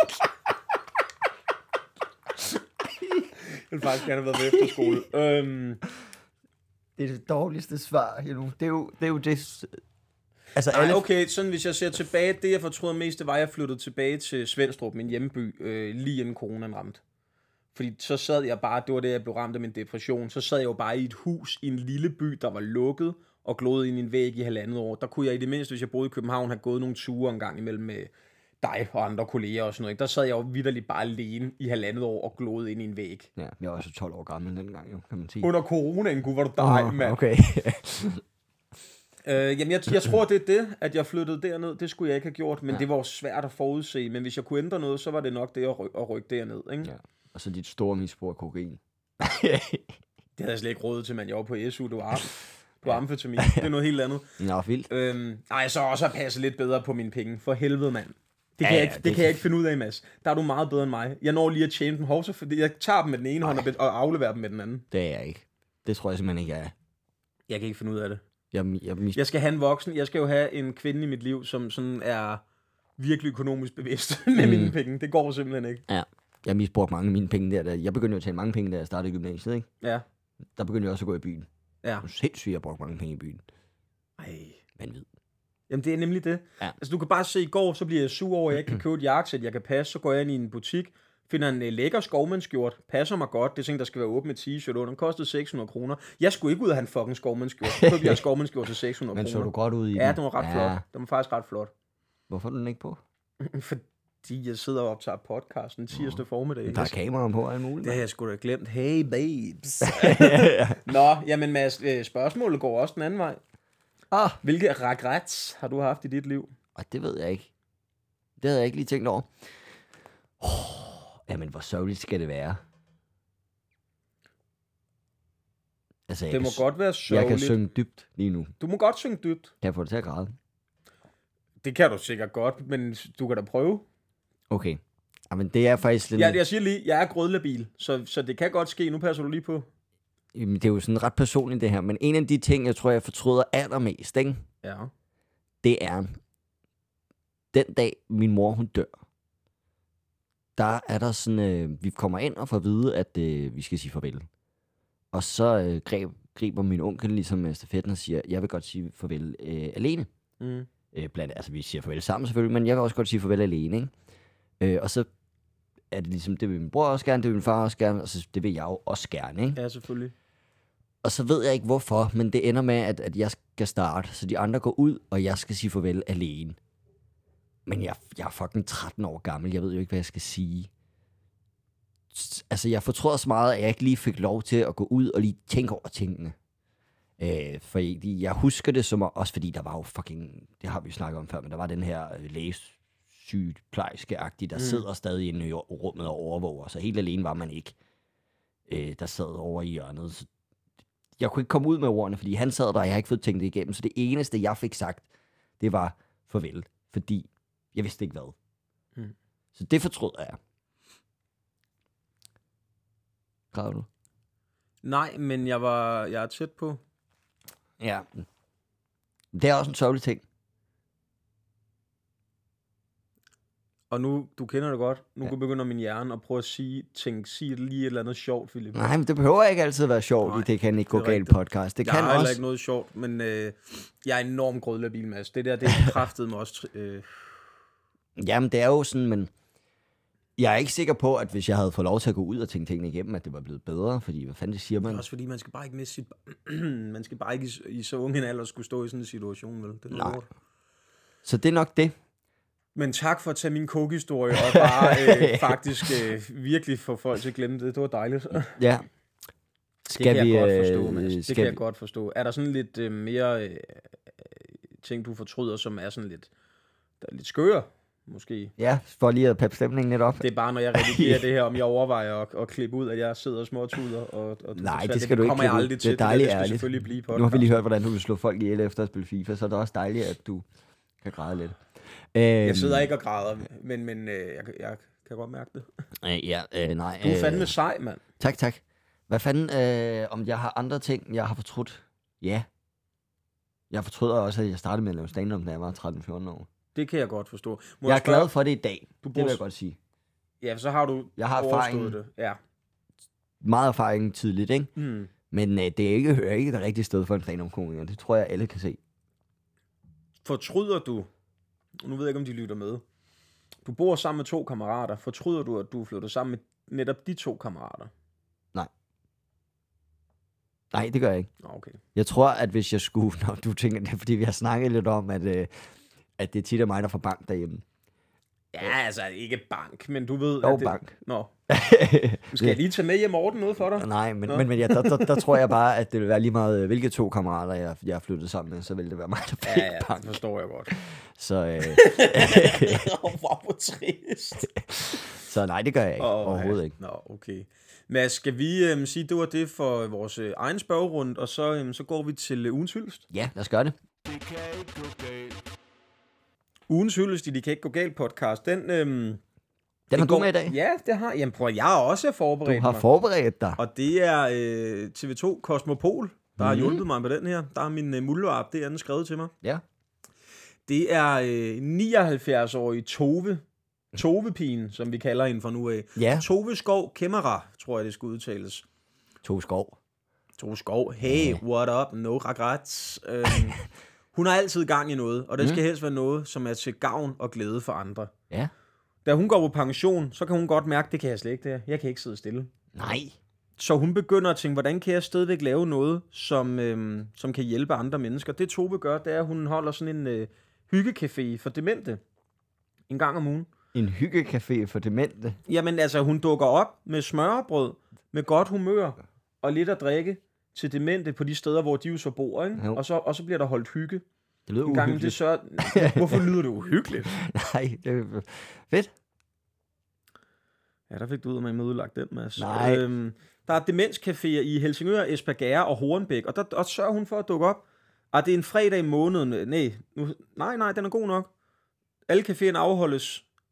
Jeg vil faktisk gerne have været på efterskole. Det er det dårligste svar endnu. Det er jo det... Altså, Nej, okay, sådan hvis jeg ser tilbage, det jeg fortryder mest, det var, at jeg flyttede tilbage til Svenstrup, min hjemby, lige inden coronaen ramte. Fordi så sad jeg bare, det var det, jeg blev ramt af min depression, så sad jeg jo bare i et hus i en lille by, der var lukket, og glodede ind i en væg i 1,5 år. Der kunne jeg i det mindste, hvis jeg boede i København, have gået nogle ture en gang imellem med dig og andre kolleger og sådan noget. Der sad jeg jo vitterligt bare alene i 1,5 år og glodede ind i en væg. Ja, jeg var også 12 år gammel dengang, jo, kan man sige. Under coronaen, var du dig, mand. Okay. Jamen, jeg tror, det er det, at jeg flyttede derned. Det skulle jeg ikke have gjort, men det var jo svært at forudse. Men hvis jeg kunne ændre noget, så var det nok det at rykke derned, ikke? Ja. Og så dit store misbrug af kokain. Det havde jeg slet ikke råd til, man. Jeg var på SU, du var på amfetamin. Det er noget helt andet. Nå, vildt. Så også at passe lidt bedre på mine penge. For helvede, mand. Det kan jeg ikke finde ud af, Mads. Der er du meget bedre end mig. Jeg når lige at tjene dem hovsa, fordi jeg tager dem med den ene hånd og afleverer dem med den anden. Det er jeg ikke. Det tror jeg simpelthen ikke, jeg er. Jeg kan ikke finde ud af det. Jeg skal have en voksen. Jeg skal jo have en kvinde i mit liv, som sådan er virkelig økonomisk bevidst med mine penge. Det går simpelthen ikke. Ja. Jeg misbrugte mange af mine penge der. Jeg begyndte jo at tjene mange penge, da jeg startede i gymnasiet, ikke? Ja. Der begyndte jeg også at gå i byen. Ja. Det er sindssygt, jeg brugte mange penge i byen. Ej. Vanvid. Jamen, det er nemlig det. Ja. Altså, du kan bare se, i går, så bliver jeg sur over, at jeg ikke kan købe et jakkesæt, jeg kan passe. Så går jeg ind i en butik, finder en lækker skovmandskjort, passer mig godt. Det er sådan, der skal være åbent med t-shirt under. Den kostede 600 kroner. Jeg skulle ikke ud af have en fucking skovmandskjort. Så købte jeg en skovmandskjort til 600 kroner. Men så du godt ud i Ja, den? den var ret flot. Den var faktisk ret flot. Hvorfor er den ikke på? Fordi jeg sidder og optager podcasten tirsdag formiddag. Der er kamera på og alt muligt. Det har jeg sgu da glemt. Hey babes. Nå, jamen Mads, spørgsmålet går også den anden vej. Hvilke regrets har du haft i dit liv? Det ved jeg ikke. Det havde jeg ikke lige tænkt over. Jamen, hvor sørgeligt skal det være? Altså, det må godt være sørgeligt. Jeg kan synge dybt lige nu. Du må godt synge dybt. Kan jeg få det til at græde? Det kan du sikkert godt, men du kan da prøve. Okay. Jamen, det er faktisk lidt... Ja, jeg siger lige, jeg er grødlabil, så det kan godt ske. Nu passer du lige på. Jamen, det er jo sådan ret personligt det her, men en af de ting, jeg tror, jeg fortryder allermest, ikke? Ja. det er, den dag min mor hun dør, der er der sådan, vi kommer ind og får at vide, at vi skal sige farvel. Og så griber min onkel ligesom stafetten og siger, jeg vil godt sige farvel alene. Altså vi siger farvel sammen selvfølgelig, men jeg vil også godt sige farvel alene, ikke? Og så er det ligesom, det vil min bror også gerne, det vil min far også gerne, og så det vil jeg jo også gerne, ikke? Ja, selvfølgelig. Og så ved jeg ikke hvorfor, men det ender med, at jeg skal starte, så de andre går ud, og jeg skal sige farvel alene. Men jeg er fucking 13 år gammel, jeg ved jo ikke, hvad jeg skal sige. Altså, jeg fortrøder så meget, at jeg ikke lige fik lov til at gå ud og lige tænke over tingene. For jeg husker det som også, fordi der var jo fucking, det har vi jo snakket om før, men der var den her lægesygeplejerske-agtige, der sidder stadig inde i rummet og overvåger, så helt alene var man ikke, der sad over i hjørnet. Så jeg kunne ikke komme ud med ordene, fordi han sad der, og jeg har ikke fået tænkt det igennem, så det eneste, jeg fik sagt, det var farvel, fordi jeg vidste ikke hvad. Så det fortryder jeg. Græder du? Nej, men jeg er tæt på. Ja. Det er også en sørgelig ting. Og nu, du kender det godt, nu begynder min hjerne at prøve at sige lige et eller andet sjovt, Philip. Nej, men det behøver ikke altid være sjovt. Nej, det kan ikke gå galt podcast. Det jeg kan har også... heller ikke noget sjovt, men jeg er enormt grødlabil, Mads. Det er kraftet mig også. Jamen, det er jo sådan, men jeg er ikke sikker på, at hvis jeg havde fået lov til at gå ud og tænke tingene igennem, at det var blevet bedre, fordi hvad fanden det siger man? Det er også fordi, man skal bare ikke miste man skal bare ikke i så unge en alder skulle stå i sådan en situation, vel? Det er noget. Så det er nok det. Men tak for at tage min coke-historie og bare faktisk virkelig få folk til at glemme det. Det var dejligt. Ja. Det kan jeg godt forstå, Mads. Det kan jeg godt forstå. Er der sådan lidt mere ting, du fortryder, som er sådan lidt, der er lidt skøre, måske? Ja, for lige at peppe stemningen lidt op. Det er bare, når jeg redigerer det her, om jeg overvejer at klippe ud, at jeg sidder og småtuder. Og nej, det skal du ikke klippe ud. Det er dejligt ærligt. Selvfølgelig blive podcast. Nu har vi lige hørt, hvordan du vil slå folk ihjel efter at spille FIFA, så er det også dejligt, at du kan græde lidt. Jeg sidder ikke og græder, men jeg kan godt mærke det. Nej. Du er fandme sej, mand. Tak. Hvad fanden, om jeg har andre ting, jeg har fortrudt? Ja. Jeg fortryder også, at jeg startede med at lave stand-up, da jeg var 13-14 år. Det kan jeg godt forstå. Jeg er glad for det i dag, det vil jeg godt sige. Ja, så har du erfaring, det. Ja. Meget erfaring tidligt, ikke? Men det hører ikke det rigtige sted for en stand-up-komiker. Det tror jeg, alle kan se. Fortryder du, nu ved jeg ikke, om de lytter med, du bor sammen med 2 kammerater, fortryder du, at du flyttede sammen med netop de 2 kammerater? Nej, det gør jeg ikke. Okay. Jeg tror, at hvis jeg skulle... Når du tænker det, fordi vi har snakket lidt om, at det tit er mig, der får bank derhjemme. Ja, altså ikke bank, men du ved... Jo, bank. Nå. Skal jeg lige tage med hjem Morten noget for dig? Nej, men ja, der tror jeg bare, at det vil være lige meget, hvilke 2 kammerater, jeg har flyttet sammen med, så vil det være mig, der fik bank. Ja, det forstår jeg godt. Så... Hvor trist. Så nej, det gør jeg ikke. Overhovedet ikke. Nå, okay. Mads, skal vi sige, det var det for vores egen spørgerunde, og så går vi til ugens hyldest? Ja, lad os gøre det. Det kan ikke gå galt. Ugens hyldest i Det Kan Ikke Gå Galt podcast, den har du med i dag? Ja, det har. Jamen prøv, jeg har også forberedt mig. Du har forberedt dig. Og det er TV2 Cosmopol, der har hjulpet mig med den her. Der er min mulleapp, det er den skrevet til mig. Ja. Det er 79-årige Tove-pigen, som vi kalder hende fra nu af. Ja. Tove Skov Kemmerer, tror jeg, det skal udtales. Tove Skov. Hey, what up? No regrets. Hun har altid gang i noget, og det skal helst være noget, som er til gavn og glæde for andre. Ja. Da hun går på pension, så kan hun godt mærke, det kan jeg slet ikke det. Jeg kan ikke sidde stille. Nej. Så hun begynder at tænke, hvordan kan jeg stadigvæk lave noget, som kan hjælpe andre mennesker. Det Tove gør, det er, at hun holder sådan en hyggecafé for demente en gang om ugen. En hyggecafé for demente? Jamen altså, hun dukker op med smørrebrød, med godt humør og lidt at drikke til demente på de steder, hvor de jo så bor, ikke? Og så bliver der holdt hygge. Det lyder uhyggeligt. Hvorfor lyder det uhyggeligt? Nej, det er fedt. Ja, der fik du ud af mig med udlagt den, Mads. Nej. Der er demenscaféer i Helsingør, Espergærde og Hornbæk, og der sørger hun for at dukke op. Det er en fredag i måneden. Nej, den er god nok. Alle caféerne afholdes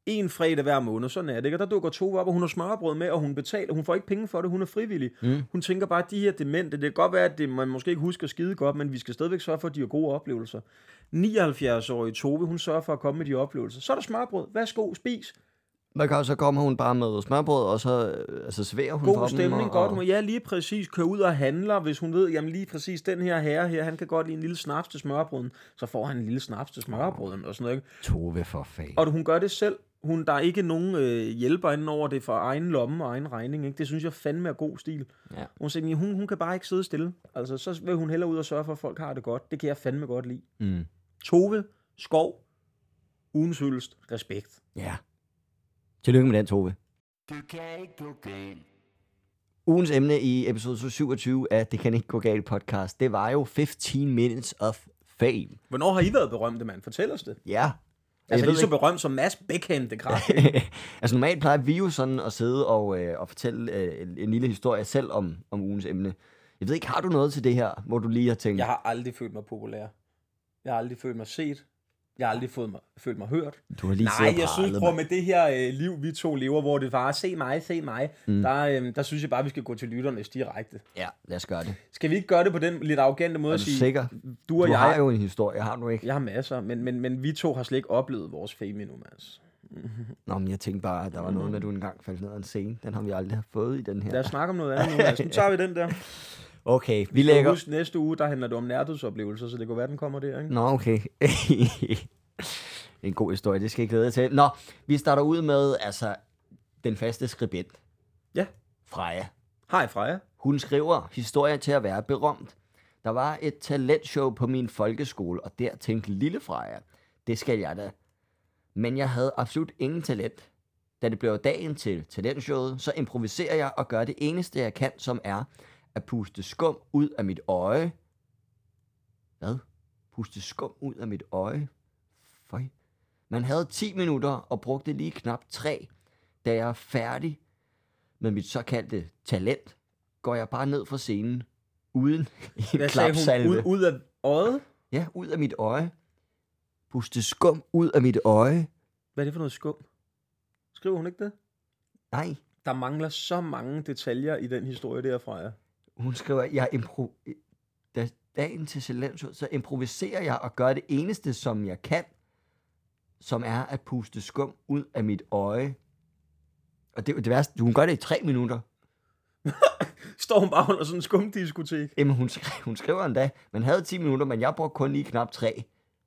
en fredag hver måned, sådan er det, ikke? Og der dukker Tove op, og hun har smørrebrød med, og hun betaler, hun får ikke penge for det, hun er frivillig. Hun tænker bare, at de her demente, det kan godt være, at man måske ikke husker skide godt, men vi skal stadigvæk sørge for, at de har gode oplevelser. 79-årige Tove, hun sørger for at komme med de oplevelser. Så er der smørrebrød, værsgo, spis. Så kommer hun bare med smørbrød, og så serverer hun for dem. God stemning, godt. Ja, lige præcis. Kør ud og handler, hvis hun ved, jamen lige præcis den her herre her, han kan godt lide en lille snaps til smørbrøden. Så får han en lille snaps til smørbrøden og sådan noget, ikke? Tove for fanden. Og hun gør det selv. Der er ikke nogen hjælper inden over det for egen lomme og egen regning, ikke? Det synes jeg fandme er god stil. Ja. Hun siger, hun kan bare ikke sidde stille. Altså, så vil hun hellere ud og sørge for, at folk har det godt. Det kan jeg fandme godt lide. Tove, Skov, ugens hyldest, respekt. Ja. Tillykke med den, Tove. Du kan ikke gå galt. Ugens emne i episode 27 af Det kan ikke gå galt podcast, det var jo 15 minutes of fame. Hvornår har I været berømte, mand? Fortæl os det. Ja. Altså, er I så berømt som Mads Beckham, det kraft? Altså, normalt plejer vi jo sådan at sidde og fortælle en lille historie selv om ugens emne. Jeg ved ikke, har du noget til det her, hvor du lige har tænkt... Jeg har aldrig følt mig populær. Jeg har aldrig følt mig set. Jeg har aldrig følt mig hørt. Du har lige Nej, jeg synes, prøv med det her liv, vi to lever, hvor det var, se mig, der synes jeg bare, vi skal gå til lytternes direkte. Ja, lad os gøre det. Skal vi ikke gøre det på den lidt arrogante måde er at sige? Sikker? Du jeg har jo en historie, har du ikke? Jeg har masser, men vi to har slet ikke oplevet vores fame endnu, Mads. Nå, men jeg tænkte bare, at der var noget med, at du engang faldt ned ad en scene. Den har vi aldrig fået i den her. Lad os snakke om noget andet nu, Mads. Nu tager vi den der. Okay, vi lægger... Husk, næste uge, der handler det om nærhedsoplevelser, så det kunne være, den kommer der, ikke? Nå, okay. En god historie, det skal jeg glæde jer til. Nå, vi starter ud med, altså, den faste skribent. Ja. Freja. Hej, Freja. Hun skriver historier til at være berømt. Der var et talentshow på min folkeskole, og der tænkte lille Freja, det skal jeg da. Men jeg havde absolut ingen talent. Da det blev dagen til talentshowet, så improviserer jeg og gør det eneste, jeg kan, som er at puste skum ud af mit øje. Hvad? Puste skum ud af mit øje? Føj. Man havde 10 minutter og brugte lige knap 3. Da jeg er færdig med mit såkaldte talent, går jeg bare ned fra scenen uden en klapsalve. Ud af øjet? Ja, ud af mit øje. Puste skum ud af mit øje. Hvad er det for noget skum? Skriver hun ikke det? Nej. Der mangler så mange detaljer i den historie der, Freja. Hun skriver, da dagen til talentshowet, så improviserer jeg og gør det eneste, som jeg kan, som er at puste skum ud af mit øje. Og det værste, hun gør det i 3 minutter. Står hun bare under sådan en skumdiskotek? Jamen, hun skriver endda, man havde 10 minutter, men jeg brugte kun lige knap 3.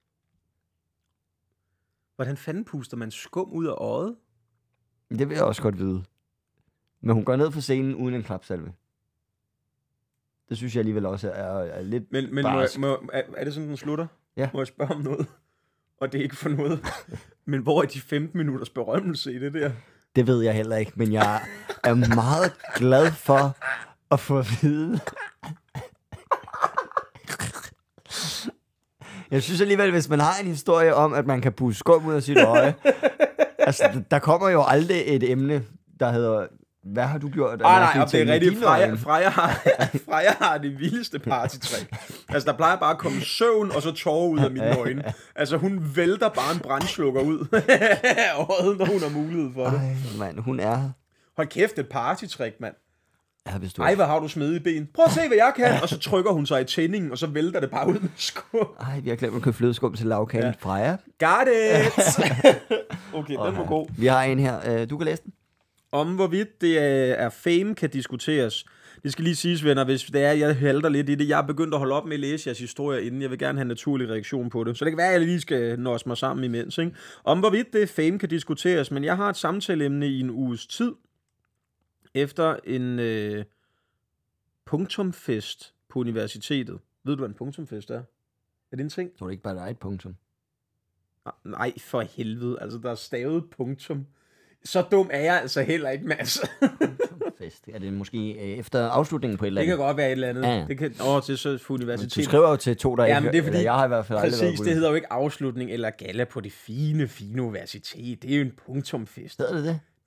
Hvordan fanden puster man skum ud af øjet? Det vil jeg også godt vide. Men hun går ned fra scenen uden en klapsalve. Det synes jeg alligevel også er lidt Men er det sådan, den slutter? Ja. Må jeg spørge om noget? Og det er ikke for noget. Men hvor er de 15 minutters berømmelse i det der? Det ved jeg heller ikke, men jeg er meget glad for at få at vide. Jeg synes alligevel, hvis man har en historie om, at man kan puste skum ud af sit øje, altså, der kommer jo aldrig et emne, der hedder, hvad har du gjort? Nej, og det er rigtigt. Freja har det vildeste partytrick. Altså, der plejer bare at komme søvn, og så tårer ud af mine øjne. Altså, hun vælter bare en brandslukker ud af øjet, når hun har mulighed for det. Ej, mand, hun er... Hold kæft, et partytrick, mand. Ja, ej, hvad har du smidt i ben? Prøv at se, hvad jeg kan. Og så trykker hun sig i tændingen, og så vælter det bare ud med skum. Ej, vi har glemt at købe flødeskum til lavkagen. Ja. Freja. Got it! Okay, den var god. Vi har en her. Du kan læse den. Om hvorvidt det er fame, kan diskuteres. Det skal lige siges, venner, hvis det er, jeg halter lidt i det. Jeg er begyndt at holde op med at læse jeres historier inden. Jeg vil gerne have en naturlig reaktion på det. Så det kan være, at jeg lige skal nås mig sammen imens. Ikke? Om hvorvidt det fame kan diskuteres. Men jeg har et samtaleemne i en uges tid. Efter en punktumfest på universitetet. Ved du, hvad en punktumfest er? Er det en ting? Tror du ikke bare, der er et punktum? Nej, for helvede. Altså, der er stavet punktum. Så dum er jeg altså heller ikke, Mads. Fest. Er det måske efter afslutningen på et eller andet? Det kan godt være et eller andet. Ja. Det kan til så for universitetet. Du skriver jo til 2, der ikke... Men det er fordi, jeg har i hvert fald præcis, aldrig været det hedder jo ikke afslutning eller gala på det fine universitet. Det er jo en punktumfest. Hedder det det?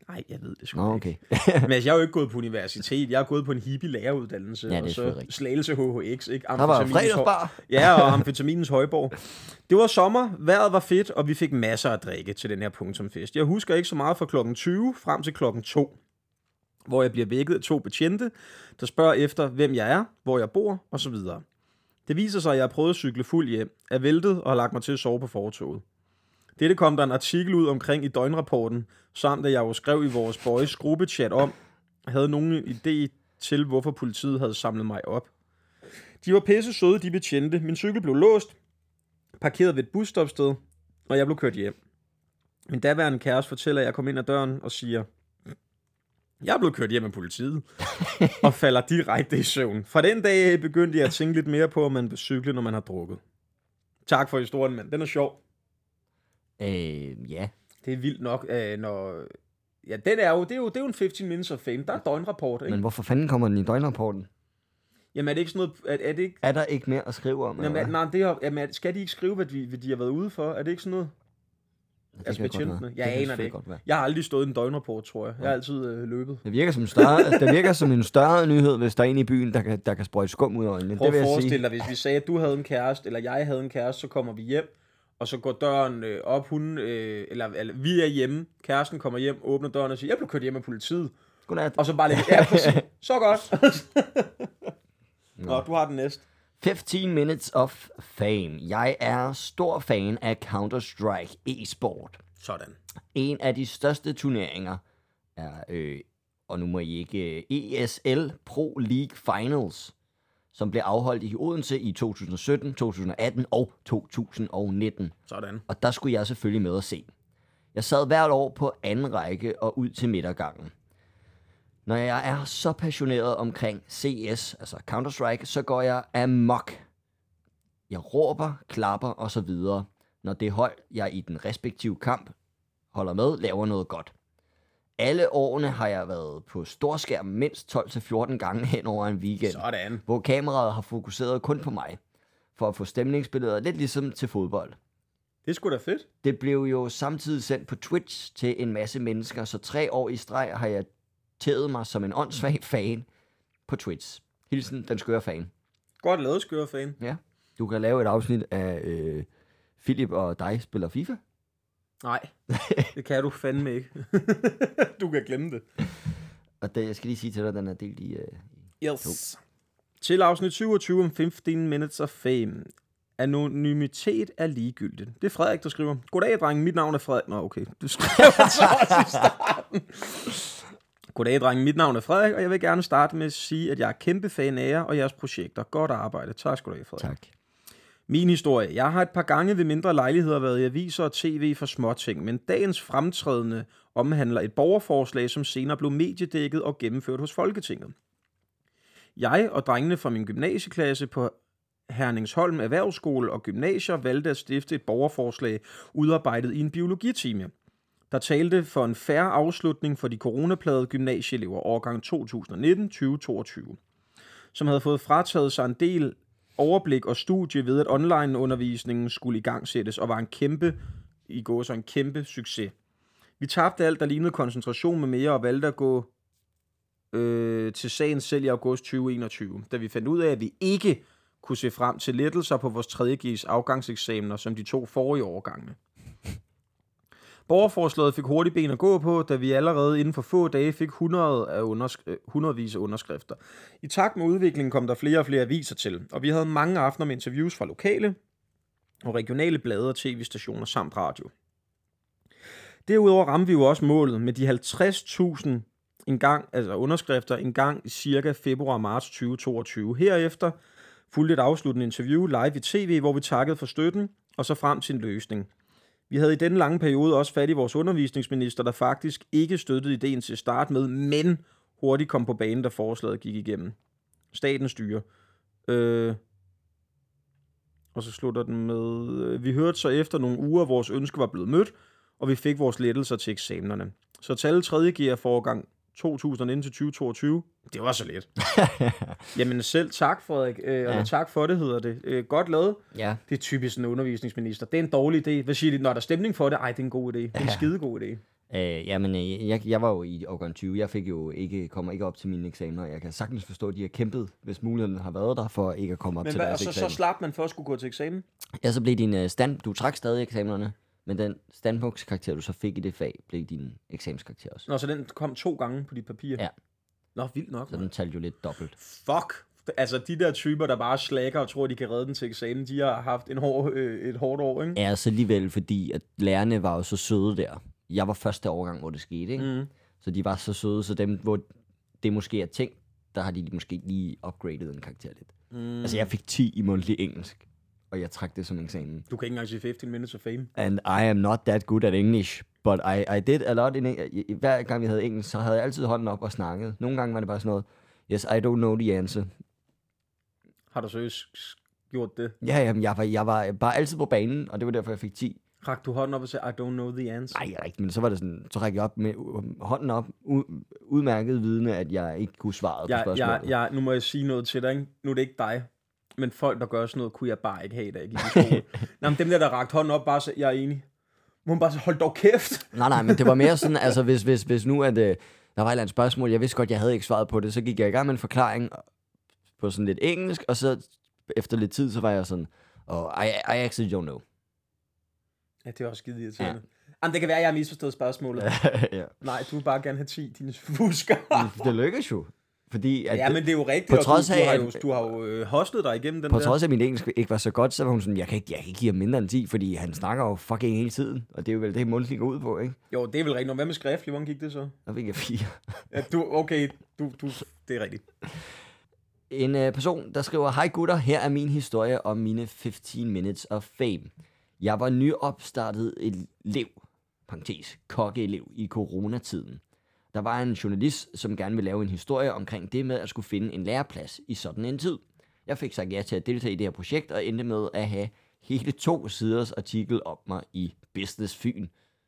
Nej, jeg ved det sgu Nå, ikke. okay. Men altså, jeg er jo ikke gået på universitet. Jeg er gået på en hippie læreruddannelse. Ja, det er og så selvfølgelig rigtigt. Slagelse HHX, ikke? Der var fredagsbar. Ja, og amfetaminens højborg. Det var sommer, vejret var fedt, og vi fik masser af drikke til den her punktumfest. Jeg husker ikke så meget fra klokken 20 frem til klokken 2, hvor jeg bliver vækket af 2 betjente, der spørger efter, hvem jeg er, hvor jeg bor, osv. Det viser sig, at jeg har prøvet at cykle fuld hjem, er væltet og har lagt mig til at sove på fortovet. Dette kom der en artikel ud omkring i døgnrapporten, samt at jeg jo skrev i vores boys gruppechat om, havde nogen idé til, hvorfor politiet havde samlet mig op. De var pisse søde, de betjente. Min cykel blev låst, parkeret ved et busstopsted, og jeg blev kørt hjem. Min daværende kæreste fortæller, at jeg kom ind ad døren og siger, jeg er blevet kørt hjem af politiet, og falder direkte i søvn. Fra den dag begyndte jeg at tænke lidt mere på, om man vil cykle, når man har drukket. Tak for historien, mand. Den er sjov. Ja. Det er vildt nok, når... Ja, det er jo en 15 minutes of fame. Der er døgnrapport, ikke? Men hvorfor fanden kommer den i døgnrapporten? Jamen, er det ikke sådan noget... Er det ikke... Er der ikke mere at skrive om? Nej, skal de ikke skrive, hvad de har været ude for? Er det ikke sådan noget? Altså betjentene? Jeg aner det ikke. Jeg har aldrig stået i en døgnrapport, tror jeg. Jeg har altid løbet. Det virker som en større nyhed, hvis der er en i byen, der kan sprøjte skum ud af øjnene. Prøv at forestille dig, hvis vi sagde, at du havde en kæreste, eller jeg havde en kæreste, så kommer vi hjem, og så går døren op, eller vi er hjemme, kæresten kommer hjem, åbner døren og siger, jeg blev kørt hjem af politiet. Godnat. Og så bare lidt, ja, præcis. Så godt. Nå, du har den næste. 15 minutes of fame. Jeg er stor fan af Counter-Strike e-sport. Sådan. En af de største turneringer er, og nu må I ikke, ESL Pro League Finals, som blev afholdt i Odense i 2017, 2018 og 2019. Sådan. Og der skulle jeg selvfølgelig med at se. Jeg sad hvert år på anden række og ud til midtergangen. Når jeg er så passioneret omkring CS, altså Counter-Strike, så går jeg amok. Jeg råber, klapper og så videre, når det hold, jeg i den respektive kamp holder med, laver noget godt. Alle årene har jeg været på storskærm mindst 12-14 gange hen over en weekend. Sådan. Hvor kameraet har fokuseret kun på mig, for at få stemningsbilleder lidt ligesom til fodbold. Det er sgu da fedt. Det blev jo samtidig sendt på Twitch til en masse mennesker, så 3 år i streg har jeg tædet mig som en åndssvag fan på Twitch. Hilsen, den skøre fan. Godt lavet, skøre fan. Ja. Du kan lave et afsnit af Philip og dig spiller FIFA. Nej, det kan du fandme ikke. Du kan glemme det. Og det, jeg skal lige sige til dig, den er delt i... Yes. Til afsnit 27 om 15 minutes of fame. Anonymitet er ligegyldigt. Det er Frederik, der skriver. Goddag, drenge. Mit navn er Frederik. Nå, okay. Du skriver så også i starten. Goddag, drenge. Mit navn er Frederik, og jeg vil gerne starte med at sige, at jeg er kæmpe fan af jer og jeres projekter. Godt arbejde. Tak skal du have, Frederik. Tak. Min historie. Jeg har et par gange ved mindre lejligheder været i aviser og tv for småting, men dagens fremtrædende omhandler et borgerforslag, som senere blev mediedækket og gennemført hos Folketinget. Jeg og drengene fra min gymnasieklasse på Herningsholm Erhvervsskole og Gymnasier valgte at stifte et borgerforslag udarbejdet i en biologitime, der talte for en fair afslutning for de coronaplagede gymnasieelever årgang 2019-2022, som havde fået frataget sig en del overblik og studie ved, at online-undervisningen skulle igangsættes og var en kæmpe succes. Vi tabte alt, der lignede koncentration med mere og valgte at gå til sagen selv i august 2021, da vi fandt ud af, at vi ikke kunne se frem til lettelser på vores 3.G's afgangseksamener, som de 2 forrige årgange. Borgerforslaget fik hurtigt ben at gå på, da vi allerede inden for få dage fik hundredvis af underskrifter. I takt med udviklingen kom der flere og flere aviser til, og vi havde mange aftener med interviews fra lokale og regionale blade og tv-stationer samt radio. Derudover ramte vi jo også målet med de 50.000 underskrifter en gang i cirka februar-marts 2022. Herefter fulgte et afsluttende interview live i tv, hvor vi takkede for støtten og så frem til en løsning. Vi havde i denne lange periode også fat i vores undervisningsminister, der faktisk ikke støttede ideen til at starte med, men hurtigt kom på banen, da forslaget gik igennem. Staten styrer. Og så slutter den med, vi hørte så efter nogle uger, vores ønske var blevet mødt, og vi fik vores lettelser til eksamenerne. Så til alle 3.G'er for årgang 2019-2022, det var så let. Jamen selv tak, Frederik. Eller tak for det, hedder det. Godt lavet. Ja. Det er typisk en undervisningsminister. Det er en dårlig idé. Hvad siger de? Når der er stemning for det, det er en god idé. Det er en skidegod idé. Jeg var jo i årgang 20. Jeg kommer ikke op til mine eksamener. Jeg kan sagtens forstå, at de har kæmpet, hvis muligheden har været der, for ikke at komme op til deres eksamen. Så slap man for at skulle gå til eksamen? Ja, så blev din du trak stadig eksamenerne, men den standpunktskarakter, du så fik i det fag, blev din eksamenskarakter også. Nå, så den kom 2 gange på dit papir? Ja. Nå, vildt nok. Så den talte jo lidt dobbelt. Fuck! Altså, de der typer, der bare slækker og tror, de kan redde den til eksamen, de har haft et hårdt år, ikke? Ja, så alligevel, fordi at lærerne var jo så søde der. Jeg var første årgang, hvor det skete, ikke? Mm. Så de var så søde, så dem, hvor det måske er ting, der har de måske lige upgradet en karakter lidt. Mm. Altså, jeg fik 10 i mundtlig engelsk, og jeg trak det som eksamen. Du kan ikke engang sige 15 minutes of fame. And I am not that good at English, but I did a lot in hver gang vi havde engelsk, så havde jeg altid hånden op og snakket. Nogle gange var det bare sådan noget, yes, I don't know the answer. Har du seriøst gjort det? Ja, jamen, jeg var bare altid på banen, og det var derfor, jeg fik 10. Rak du hånden op og sagde, I don't know the answer? Nej, ikke, men så var det sådan, så rækkede jeg op med hånden op, udmærket vidne, at jeg ikke kunne svare på spørgsmålet. Nu må jeg sige noget til dig, ikke? Nu er det ikke dig, men folk, der gør sådan noget, kunne jeg bare ikke have, da jeg gik i skole. Nej, men dem der rakt hånden op, bare så, jeg er enig. Må man bare så, hold dog kæft. Nej, men det var mere sådan, altså hvis nu, at der var et eller andet spørgsmål, jeg vidste godt, jeg havde ikke svaret på det, så gik jeg i gang med en forklaring på sådan lidt engelsk, og så efter lidt tid, så var jeg sådan, I actually don't know. Ja, det er også skide irriterende. Ja. Jamen, det kan være, at jeg har misforstået spørgsmålet. Ja. Nej, du vil bare gerne have 10, dine fusker. Det lykkes jo. Fordi at ja, men det er jo rigtigt, på trods du har jo hostet dig igennem den på der. På trods af, at min engelsk ikke var så godt, så var hun sådan, jeg kan ikke give ham mindre end 10, fordi han snakker jo fucking hele tiden. Og det er jo vel det, mundtlig går ud på, ikke? Jo, det er vel rigtigt. Hvad med skriftlig? Hvordan gik det så? Der fik jeg 4. Ja, det er rigtigt. En person, der skriver, hej gutter, her er min historie om mine 15 minutes of fame. Jeg var nyopstartet elev, kokkeelev i coronatiden. Der var en journalist, som gerne ville lave en historie omkring det med at skulle finde en læreplads i sådan en tid. Jeg fik sagt ja til at deltage i det her projekt, og endte med at have hele 2 siders artikel om mig i Business Fyn.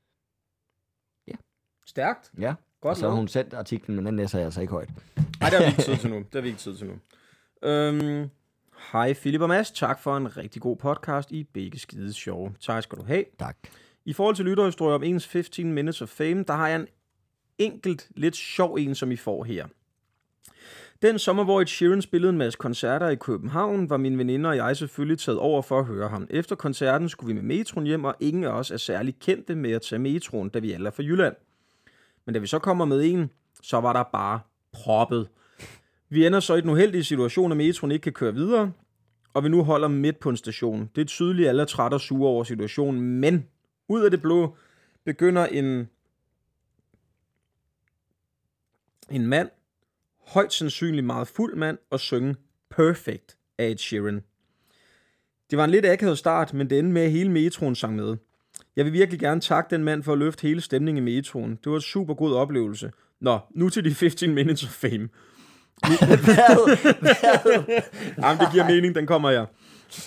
Ja. Stærkt. Ja, godt. Og så har hun sendt artiklen, men den læser jeg altså ikke højt. Nej, det har vi ikke tid til nu. Hej Philip og Mads, tak for en rigtig god podcast. I begge skide sjove. Tak skal du have. Tak. I forhold til lytterhistorier om ens 15 minutes of fame, der har jeg en enkelt, lidt sjov en, som I får her. Den sommer, hvor Ed Sheeran spillede en masse koncerter i København, var min veninde og jeg selvfølgelig taget over for at høre ham. Efter koncerten skulle vi med metroen hjem, og ingen af os er særlig kendte med at tage metroen, da vi alle er fra Jylland. Men da vi så kommer med en, så var der bare proppet. Vi ender så i den uheldige situation, at metroen ikke kan køre videre, og vi nu holder midt på en station. Det er tydeligt, at alle er trætte og sure over situationen, men ud af det blå begynder en mand, højst sandsynligt meget fuld mand, at synge Perfect af Ed Sheeran. Det var en lidt akavet start, men det endte med, at hele metroen sang med. Jeg vil virkelig gerne takke den mand for at løfte hele stemningen i metroen. Det var en super god oplevelse. Nå, nu til de 15 minutes of fame. Jamen, det giver mening, den kommer her.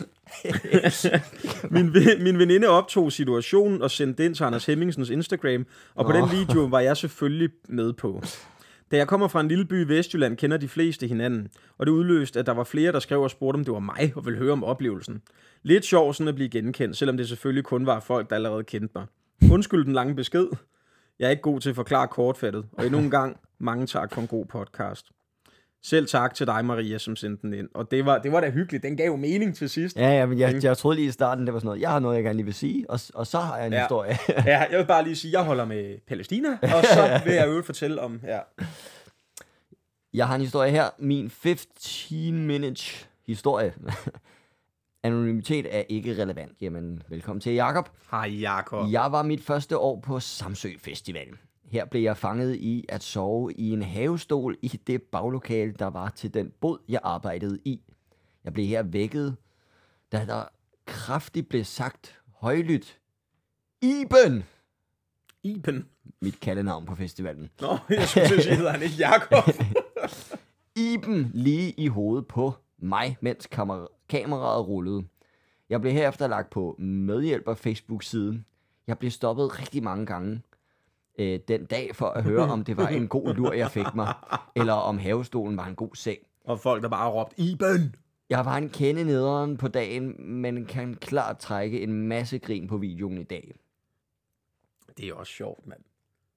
Min veninde optog situationen og sendte den til Anders Hemmingsens Instagram, og på den video var jeg selvfølgelig med på. Da jeg kommer fra en lille by i Vestjylland, kender de fleste hinanden, og det udløste, at der var flere, der skrev og spurgte, om det var mig, og ville høre om oplevelsen. Lidt sjov sådan at blive genkendt, selvom det selvfølgelig kun var folk, der allerede kendte mig. Undskyld den lange besked. Jeg er ikke god til at forklare kortfattet, og endnu en gang, mange tak for en god podcast. Selv tak til dig, Maria, som sendte den ind. Og det var da hyggeligt. Den gav jo mening til sidst. Ja, men jeg troede lige i starten, det var sådan noget, jeg har noget, jeg gerne lige vil sige, og så har jeg en historie. Ja, jeg vil bare lige sige, jeg holder med Palæstina, og så vil jeg fortælle om, Jeg har en historie her. Min 15 minutes historie. Anonymitet er ikke relevant. Jamen, velkommen til, Jakob. Hej, Jakob. Jeg var mit første år på Samsø Festival. Her blev jeg fanget i at sove i en havestol i det baglokale, der var til den bod, jeg arbejdede i. Jeg blev her vækket, da der kraftigt blev sagt højlydt, Iben! Iben? Mit kaldenavn på festivalen. Nå, jeg skulle sige, hedder han ikke Jakob. Iben lige i hovedet på mig, mens kameraet rullede. Jeg blev herefter lagt på medhjælper Facebook-siden. Jeg blev stoppet rigtig mange gange den dag for at høre, om det var en god lur, jeg fik mig, eller om havestolen var en god seng. Og folk, der bare råbte, Iben! Jeg var en kende nederen på dagen, men kan klart trække en masse grin på videoen i dag. Det er også sjovt, mand.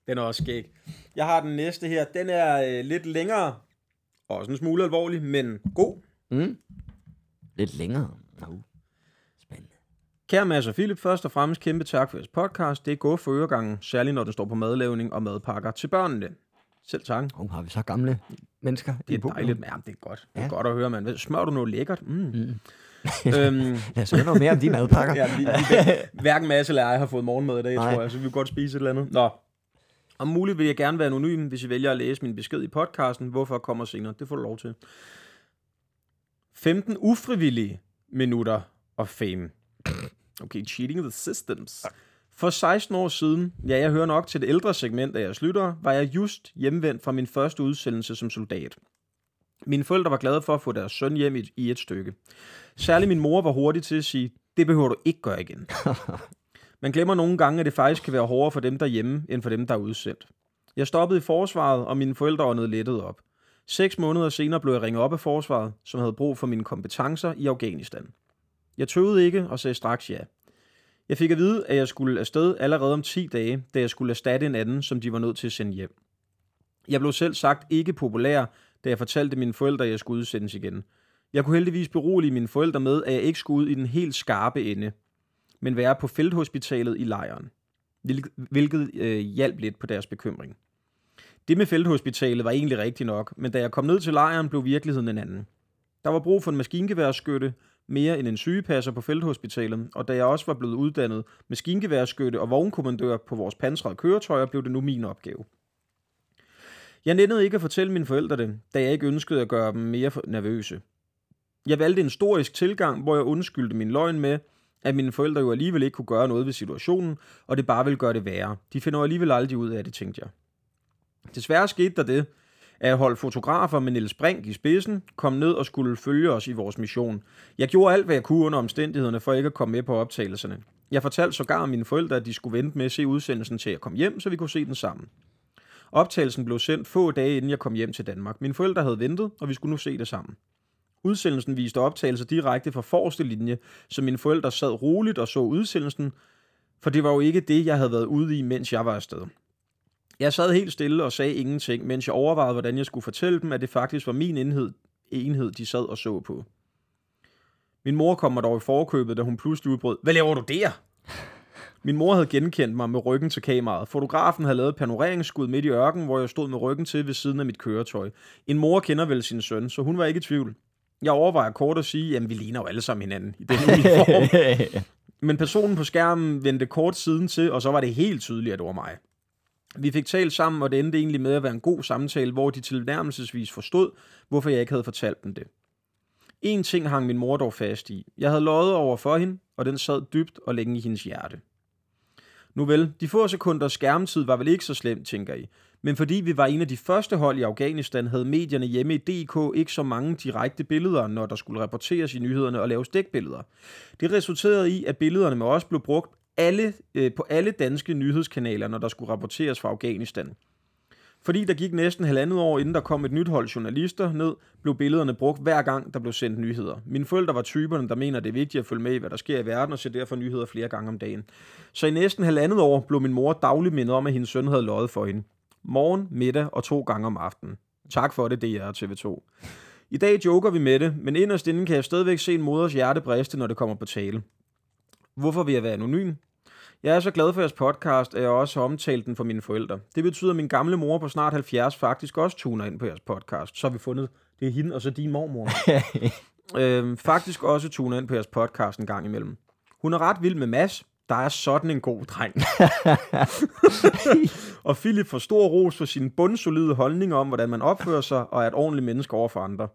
Den er også skæg. Jeg har den næste her. Den er lidt længere. Også en smule alvorlig, men god. Lidt længere. Spændende. Kære Mads og Philip, først og fremmest kæmpe tak for jeres podcast. Det er gået for øregangen, særligt når den står på madlavning og madpakker til børnene. Selv tak. Har vi så gamle mennesker? Det er dejligt, men det er godt. Det er godt at høre, man. Smør du noget lækkert? Lad os høre noget mere om de madpakker. Hverken Mads eller jeg har fået morgenmad i dag, tror jeg, så vi vil godt spise et eller andet. Nå. Om muligt vil jeg gerne være anonym, hvis I vælger at læse min besked i podcasten. Hvorfor kommer senere? Det får du lov til. 15 ufrivillige minutter of fame. Okay, cheating the systems. For 16 år siden, jeg hører nok til det ældre segment af jeres lyttere, var jeg just hjemvendt fra min første udsendelse som soldat. Mine forældre var glade for at få deres søn hjem i et stykke. Særligt min mor var hurtig til at sige, det behøver du ikke gøre igen. Man glemmer nogle gange, at det faktisk kan være hårdere for dem derhjemme, end for dem, der er udsendt. Jeg stoppede i forsvaret, og mine forældre åndede lettet op. 6 måneder senere blev jeg ringet op af forsvaret, som havde brug for mine kompetencer i Afghanistan. Jeg tøvede ikke og sagde straks ja. Jeg fik at vide, at jeg skulle afsted allerede om 10 dage, da jeg skulle erstatte en anden, som de var nødt til at sende hjem. Jeg blev selv sagt ikke populær, da jeg fortalte mine forældre, at jeg skulle udsendes igen. Jeg kunne heldigvis berolige mine forældre med, at jeg ikke skulle ud i den helt skarpe ende, men være på felthospitalet i lejren, hvilket hjalp lidt på deres bekymring. Det med felthospitalet var egentlig rigtigt nok, men da jeg kom ned til lejren, blev virkeligheden en anden. Der var brug for en maskingeværskytte, mere end en sygepasser på felthospitalet, og da jeg også var blevet uddannet maskingeværskytte og vognkommandør på vores pansrede køretøjer, blev det nu min opgave. Jeg nændede ikke at fortælle mine forældre det, da jeg ikke ønskede at gøre dem mere nervøse. Jeg valgte en historisk tilgang, hvor jeg undskyldte min løgn med, at mine forældre jo alligevel ikke kunne gøre noget ved situationen, og det bare ville gøre det værre. De finder jo alligevel aldrig ud af det, tænkte jeg. Desværre skete der det, at jeg holdt fotografer med Niels Brink i spidsen, kom ned og skulle følge os i vores mission. Jeg gjorde alt, hvad jeg kunne under omstændighederne, for ikke at komme med på optagelserne. Jeg fortalte sågar mine forældre, at de skulle vente med at se udsendelsen til jeg kom hjem, så vi kunne se den sammen. Optagelsen blev sendt få dage, inden jeg kom hjem til Danmark. Mine forældre havde ventet, og vi skulle nu se det sammen. Udsendelsen viste optagelser direkte fra forreste linje, så mine forældre sad roligt og så udsendelsen, for det var jo ikke det, jeg havde været ude i, mens jeg var afsted. Jeg sad helt stille og sagde ingenting, mens jeg overvejede, hvordan jeg skulle fortælle dem, at det faktisk var min enhed, de sad og så på. Min mor kom mig dog i forkøbet, da hun pludselig udbrød, hvad laver du der? Min mor havde genkendt mig med ryggen til kameraet. Fotografen havde lavet et panoreringsskud midt i ørkenen, hvor jeg stod med ryggen til ved siden af mit køretøj. En mor kender vel sin søn, så hun var ikke i tvivl. Jeg overvejer kort at sige, at vi ligner jo alle sammen hinanden i den uniform. Men personen på skærmen vendte kort siden til, og så var det helt tydeligt, at det var mig. Vi fik talt sammen, og det endte egentlig med at være en god samtale, hvor de tilnærmelsesvis forstod, hvorfor jeg ikke havde fortalt dem det. En ting hang min mor dog fast i. Jeg havde løjet over for hende, og den sad dybt og længe i hendes hjerte. Nu vel, de få sekunders skærmtid var vel ikke så slemt, tænker I. Men fordi vi var en af de første hold i Afghanistan, havde medierne hjemme i DK ikke så mange direkte billeder, når der skulle rapporteres i nyhederne og laves dækbilleder. Det resulterede i, at billederne med os blev brugt på alle danske nyhedskanaler, når der skulle rapporteres fra Afghanistan. Fordi der gik næsten 1,5 år, inden der kom et nyt hold journalister ned, blev billederne brugt hver gang, der blev sendt nyheder. Mine forældre var typerne, der mener, det er vigtigt at følge med i, hvad der sker i verden, og se derfor nyheder flere gange om dagen. Så i næsten 1,5 år blev min mor dagligt mindet om, at hendes søn havde løjet for hende. Morgen, middag og 2 gange om aftenen. Tak for det, DR og TV2. I dag joker vi med det, men inderst inden kan jeg stadigvæk se en moders hjerte briste, når det kommer på tale. Hvorfor vil jeg være anonym? Jeg er så glad for jeres podcast, at jeg også har omtalt den for mine forældre. Det betyder, at min gamle mor på snart 70 faktisk også tuner ind på jeres podcast. Så har vi fundet, det er hende og så din mormor. Faktisk også tuner ind på jeres podcast en gang imellem. Hun er ret vild med Mads. Der er sådan en god dreng. Og Philip får stor ros for sin bundsolide holdning om, hvordan man opfører sig og er et ordentligt menneske over for andre.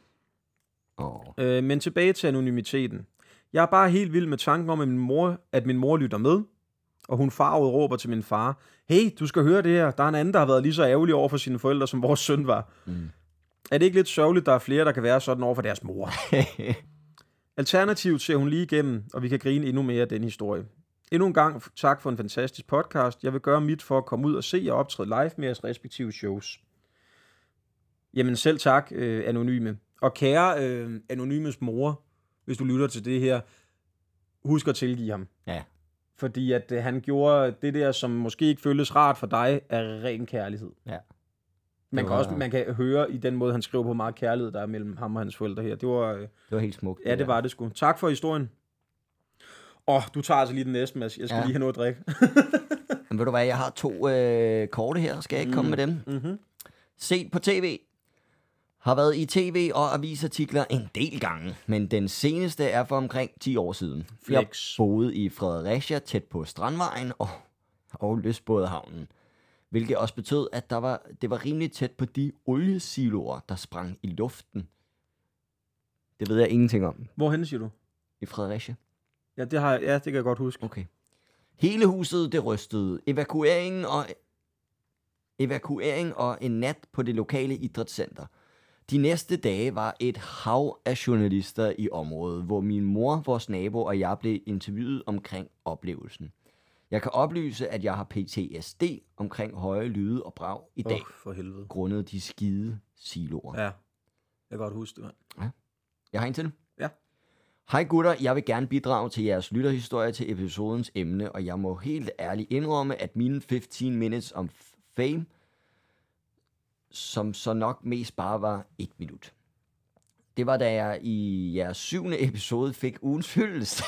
Men tilbage til anonymiteten. Jeg er bare helt vild med tanken om, at min mor lytter med, og hun farvet råber til min far, hey, du skal høre det her, der er en anden, der har været lige så ærgerlig over for sine forældre, som vores søn var. Er det ikke lidt sørgeligt, der er flere, der kan være sådan over for deres mor? Alternativt ser hun lige igennem, og vi kan grine endnu mere af den historie. Endnu en gang tak for en fantastisk podcast. Jeg vil gøre mit for at komme ud og se jer optræde live med jeres respektive shows. Jamen selv tak, Anonyme. Og kære Anonymes mor, hvis du lytter til det her, husk at tilgive ham. Ja. Fordi at han gjorde det der, som måske ikke føles rart for dig, af ren kærlighed. Ja. Man kan høre i den måde, han skriver på meget kærlighed, der er mellem ham og hans forældre her. Det var helt smukt. Ja, det var det sgu. Tak for historien. Du tager altså lige den næste, Mads. Jeg skal lige have noget at drikke. Men ved du hvad, jeg har 2 korte her. Skal jeg ikke komme med dem? Mm-hmm. Set på tv. Har været i tv og avisartikler en del gange, men den seneste er for omkring 10 år siden. Jeg boede i Fredericia, tæt på Strandvejen og Lystbådehavnen, hvilket også betød, at det var rimelig tæt på de oliesiloer, der sprang i luften. Det ved jeg ingenting om. Hvorhen siger du? I Fredericia. Ja, det kan jeg godt huske. Okay. Hele huset, det rystede. Evakuering og en nat på det lokale idrætscenter. De næste dage var et hav af journalister i området, hvor min mor, vores nabo og jeg blev interviewet omkring oplevelsen. Jeg kan oplyse, at jeg har PTSD omkring høje lyde og brag i dag, for helvede. Grundet de skide siloer. Ja, jeg kan godt huske det, mand. Ja. Jeg har en til. Ja. Hej gutter, jeg vil gerne bidrage til jeres lytterhistorie til episodens emne, og jeg må helt ærligt indrømme, at mine 15 minutes om fame, som så nok mest bare var 1 minut. Det var, da jeg i jeres 7. episode fik ugens hyldest.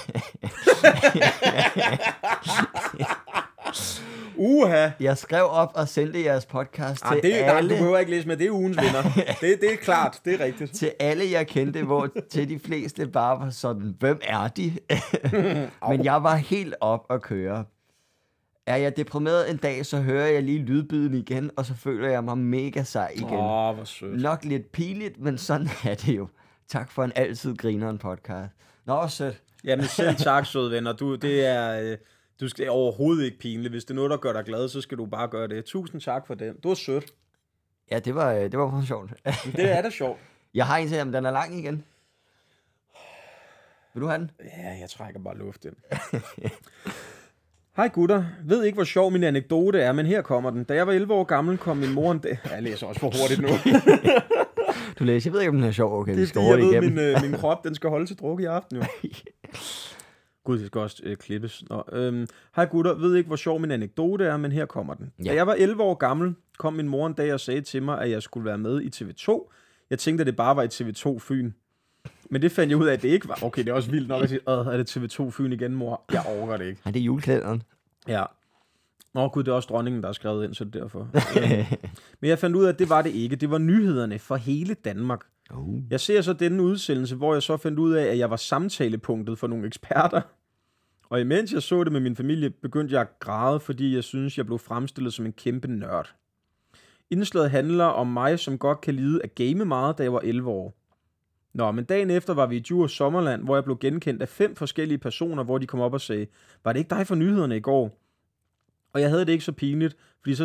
Jeg skrev op og sendte jeres podcast til alle. Du behøver ikke læse med, det er ugens vinder. Det er klart, det er rigtigt. Til alle jeg kendte, hvor til de fleste bare var sådan, hvem er de? Men jeg var helt op at køre. Er jeg deprimeret en dag, så hører jeg lige lydbyden igen, og så føler jeg mig mega sej igen. Hvor sødt. Nok lidt pinligt, men sådan er det jo. Tak for en altid grineren podcast. Nå, sødt. Jamen selv tak, søde venner. Du skal overhovedet ikke pinligt. Hvis det er noget, der gør dig glad, så skal du bare gøre det. Tusind tak for det. Du er sødt. Ja, det var for sjovt. Det er da sjovt. Jeg har en til, men den er lang igen. Vil du have den? Ja, jeg trækker bare luft ind. Hej gutter. Ved ikke, hvor sjov min anekdote er, men her kommer den. Da jeg var 11 år gammel, kom min mor en dag... Jeg læser også for hurtigt nu. Du læser, jeg ved ikke, om den er sjov. Okay, det er fordi, jeg ved, min krop, den skal holde til druk i aften, jo. Gud, det skal også klippes. Hej gutter, ved ikke, hvor sjov min anekdote er, men her kommer den. Ja. Da jeg var 11 år gammel, kom min mor en dag og sagde til mig, at jeg skulle være med i TV2. Jeg tænkte, at det bare var i TV2 Fyn. Men det fandt jeg ud af, at det ikke var. Okay, det er også vildt nok at sige, er det TV2 Fyn igen, mor? Jeg overgår det ikke. Ja, det er juleklæderen. Ja. Gud, det er også dronningen, der har skrevet ind, så det er derfor. Men jeg fandt ud af, at det var det ikke. Det var nyhederne for hele Danmark. Jeg ser så denne udsendelse, hvor jeg så fandt ud af, at jeg var samtalepunktet for nogle eksperter. Og imens jeg så det med min familie, begyndte jeg at græde, fordi jeg synes, jeg blev fremstillet som en kæmpe nørd. Indslaget handler om mig, som godt kan lide at game meget, da jeg var 11 år. Men dagen efter var vi i Djurs Sommerland, hvor jeg blev genkendt af 5 forskellige personer, hvor de kom op og sagde, var det ikke dig for nyhederne i går? Og jeg havde det ikke så pinligt, fordi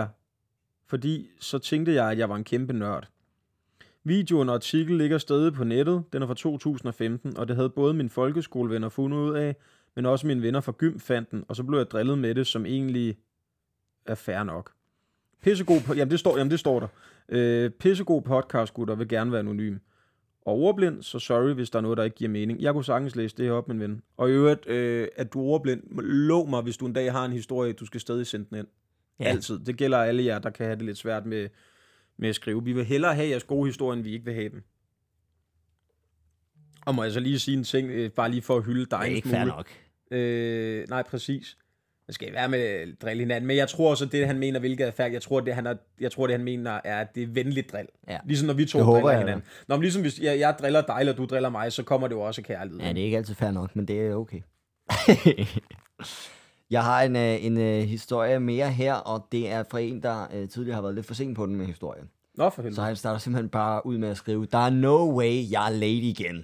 så tænkte jeg, at jeg var en kæmpe nørd. Videoen og artikel ligger stadig på nettet. Den er fra 2015, og det havde både mine folkeskolevenner fundet ud af, men også mine venner fra gym fandt den, og så blev jeg drillet med det, som egentlig er fair nok. Det står der. Pissegod podcast, gutter, vil gerne være anonym. Og ordblind, så sorry, hvis der er noget, der ikke giver mening. Jeg kunne sagtens læse det her op, min ven. Og i øvrigt, at du er ordblind, lov mig, hvis du en dag har en historie, du skal stadig sende den ind. Ja. Altid. Det gælder alle jer, der kan have det lidt svært med at skrive. Vi vil hellere have jeres gode historie, end vi ikke vil have dem. Og må jeg så lige sige en ting, bare lige for at hylde dig en smule. Det er ikke fair nok. Nej, præcis. Det skal være med at drille hinanden. Men jeg tror også, at det, han mener, hvilket er færdigt. Jeg tror, det, han mener, er, at det er venligt drill. Ja. Ligesom når vi to driller hinanden. Men ligesom hvis jeg driller dig, eller du driller mig, så kommer det jo også kærlighed. Ja, det er ikke altid fair nok, men det er okay. Jeg har en historie mere her, og det er fra en, der tidligere har været lidt for sent på den med historien. Nå, for helvede. Så han starter simpelthen bare ud med at skrive, der er no way, jeg er late igen.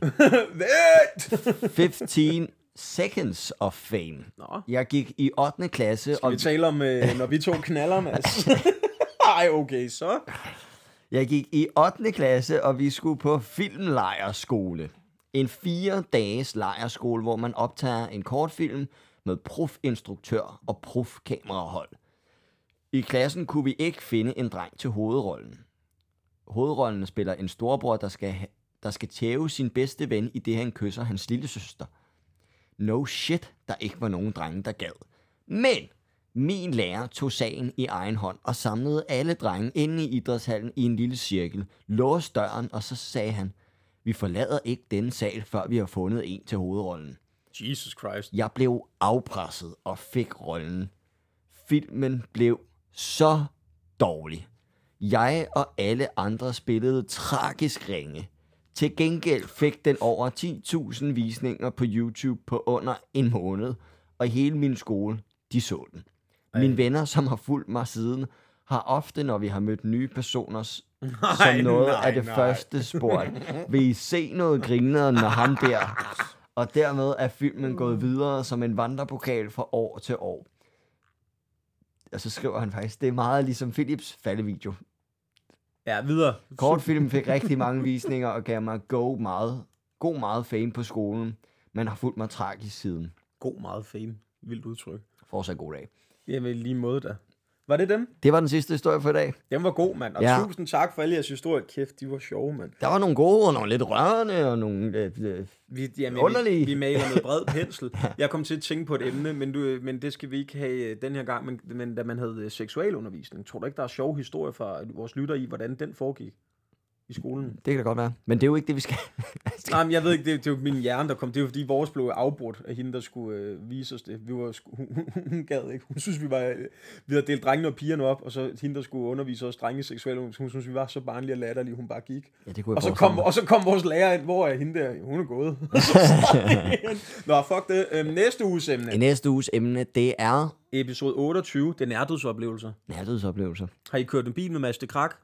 15 seconds of fame. Nå. Jeg gik i 8. klasse. Skal vi tale om, når vi to knaller, Mads? Ej, okay, så. Jeg gik i 8. klasse, og vi skulle på filmlejrskole. En 4 dages lejrskole, hvor man optager en kortfilm med profinstruktør og profkamerahold. I klassen kunne vi ikke finde en dreng til hovedrollen. Hovedrollen spiller en storebror, der skal tæve sin bedste ven, i det han kysser hans lille søster. no shit, der ikke var nogen drenge, der gad. Men min lærer tog sagen i egen hånd og samlede alle drenge inde i idrætshallen i en lille cirkel, låste døren, og så sagde han, vi forlader ikke denne sal, før vi har fundet en til hovedrollen. Jesus Christ. Jeg blev afpresset og fik rollen. Filmen blev så dårlig. Jeg og alle andre spillede tragisk ringe. Til gengæld fik den over 10.000 visninger på YouTube på under en måned, og hele min skole, de så den. Mine venner, som har fulgt mig siden, har ofte, når vi har mødt nye personer, som noget af det første spurgt, vil I se noget grineren med ham der? Og dermed er filmen gået videre som en vandrepokal fra år til år. Og så skriver han faktisk, det er meget ligesom Philips faldevideo. Ja, videre. Kortfilmen fik rigtig mange visninger og gav mig god meget fame på skolen, men har fulgt mig tragisk siden. God meget fame. Vildt udtryk. Fortsat god dag. Jamen, lige måde da. Var det dem? Det var den sidste historie for i dag. Den var god, mand. Og ja. Tusind tak for alle jeres historier. Kæft, de var sjove, mand. Der var nogle gode, og nogle lidt rørende, og nogle underlige. Vi maler med bred pensel. Jeg kom til at tænke på et emne, men det skal vi ikke have den her gang. Men da man havde seksualundervisning, tror du ikke, der er sjove historier fra vores lytter i, hvordan den foregik i skolen? Det kan da godt være. Men det er jo ikke det, vi skal. Nej, men jeg ved ikke, det er jo min hjerne, der kom. Det er jo fordi, vores blev afbrudt af hende, der skulle vise os det. Hun gad ikke. Hun synes, vi havde delt drengene og pigerne op, og så hende, der skulle undervise os drenge seksuelt. Hun synes, vi var så barnlige og latterlige, hun bare gik. Ja, det kunne og så kom vores lærer ind. Hvor er hende der? Hun er gået. Nå, fuck det. Næste uges emne. I næste uges emne, det er episode 28, det er nærdødsoplevelser. Nærdødsoplevelser. Har I kørt en bil med Mads Krak?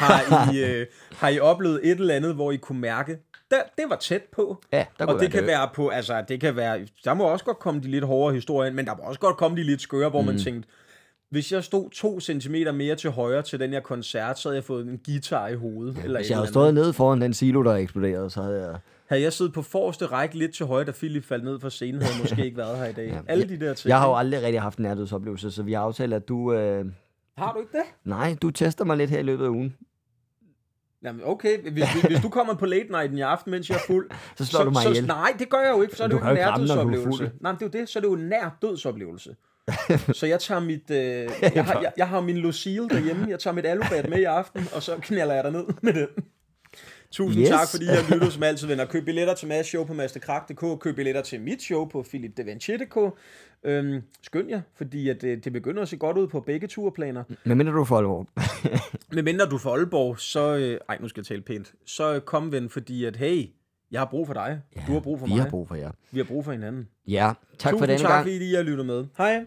Har I oplevet et eller andet, hvor I kunne mærke, det var tæt på? Ja, der og det kan være på, altså det kan være, der må også godt komme de lidt hårdere historier, men der må også godt komme de lidt skøre, hvor man tænkte, hvis jeg stod 2 centimeter mere til højre til den her koncert, så havde jeg fået en guitar i hovedet. Eller hvis jeg havde stået nede foran den silo, der eksploderede, så havde jeg... Havde jeg siddet på forreste række lidt til højre, da Philip faldt ned fra scenen, havde jeg måske ikke været her i dag. Ja. Alle de der ting. Jeg har jo aldrig rigtig haft en nærdødsoplevelse, så vi har aftalt, at du... Har du ikke det? Nej, du tester mig lidt her i løbet af ugen. Jamen okay, hvis du kommer på late night i aften, mens jeg er fuld... så slår du mig ihjel. Nej, det gør jeg jo ikke, for så er det jo en nærdødsoplevelse. Nej, det er jo det, så er det jo en nærdødsoplevelse. Så jeg tager mit... jeg har min Lucille derhjemme, jeg tager mit alubat med i aften, og så knalder jeg dig ned med den. Tusind tak, fordi I har lyttet som altid, venner. Køb billetter til Mads show på masterkrak.dk. Køb billetter til mit show på philipdevanchier.dk. Skynd jer, fordi at, det begynder at se godt ud på begge turplaner. Medmindre du er for Aalborg. Medmindre du er for Aalborg, så... nu skal jeg tale pænt. Så kom, ven, fordi at, hey, jeg har brug for dig. Ja, du har brug for mig. Vi har brug for jer. Vi har brug for hinanden. Ja, tak for denne gang. Tusind tak, fordi I har lyttet med. Hej.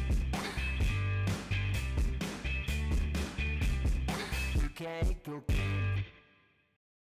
Okay.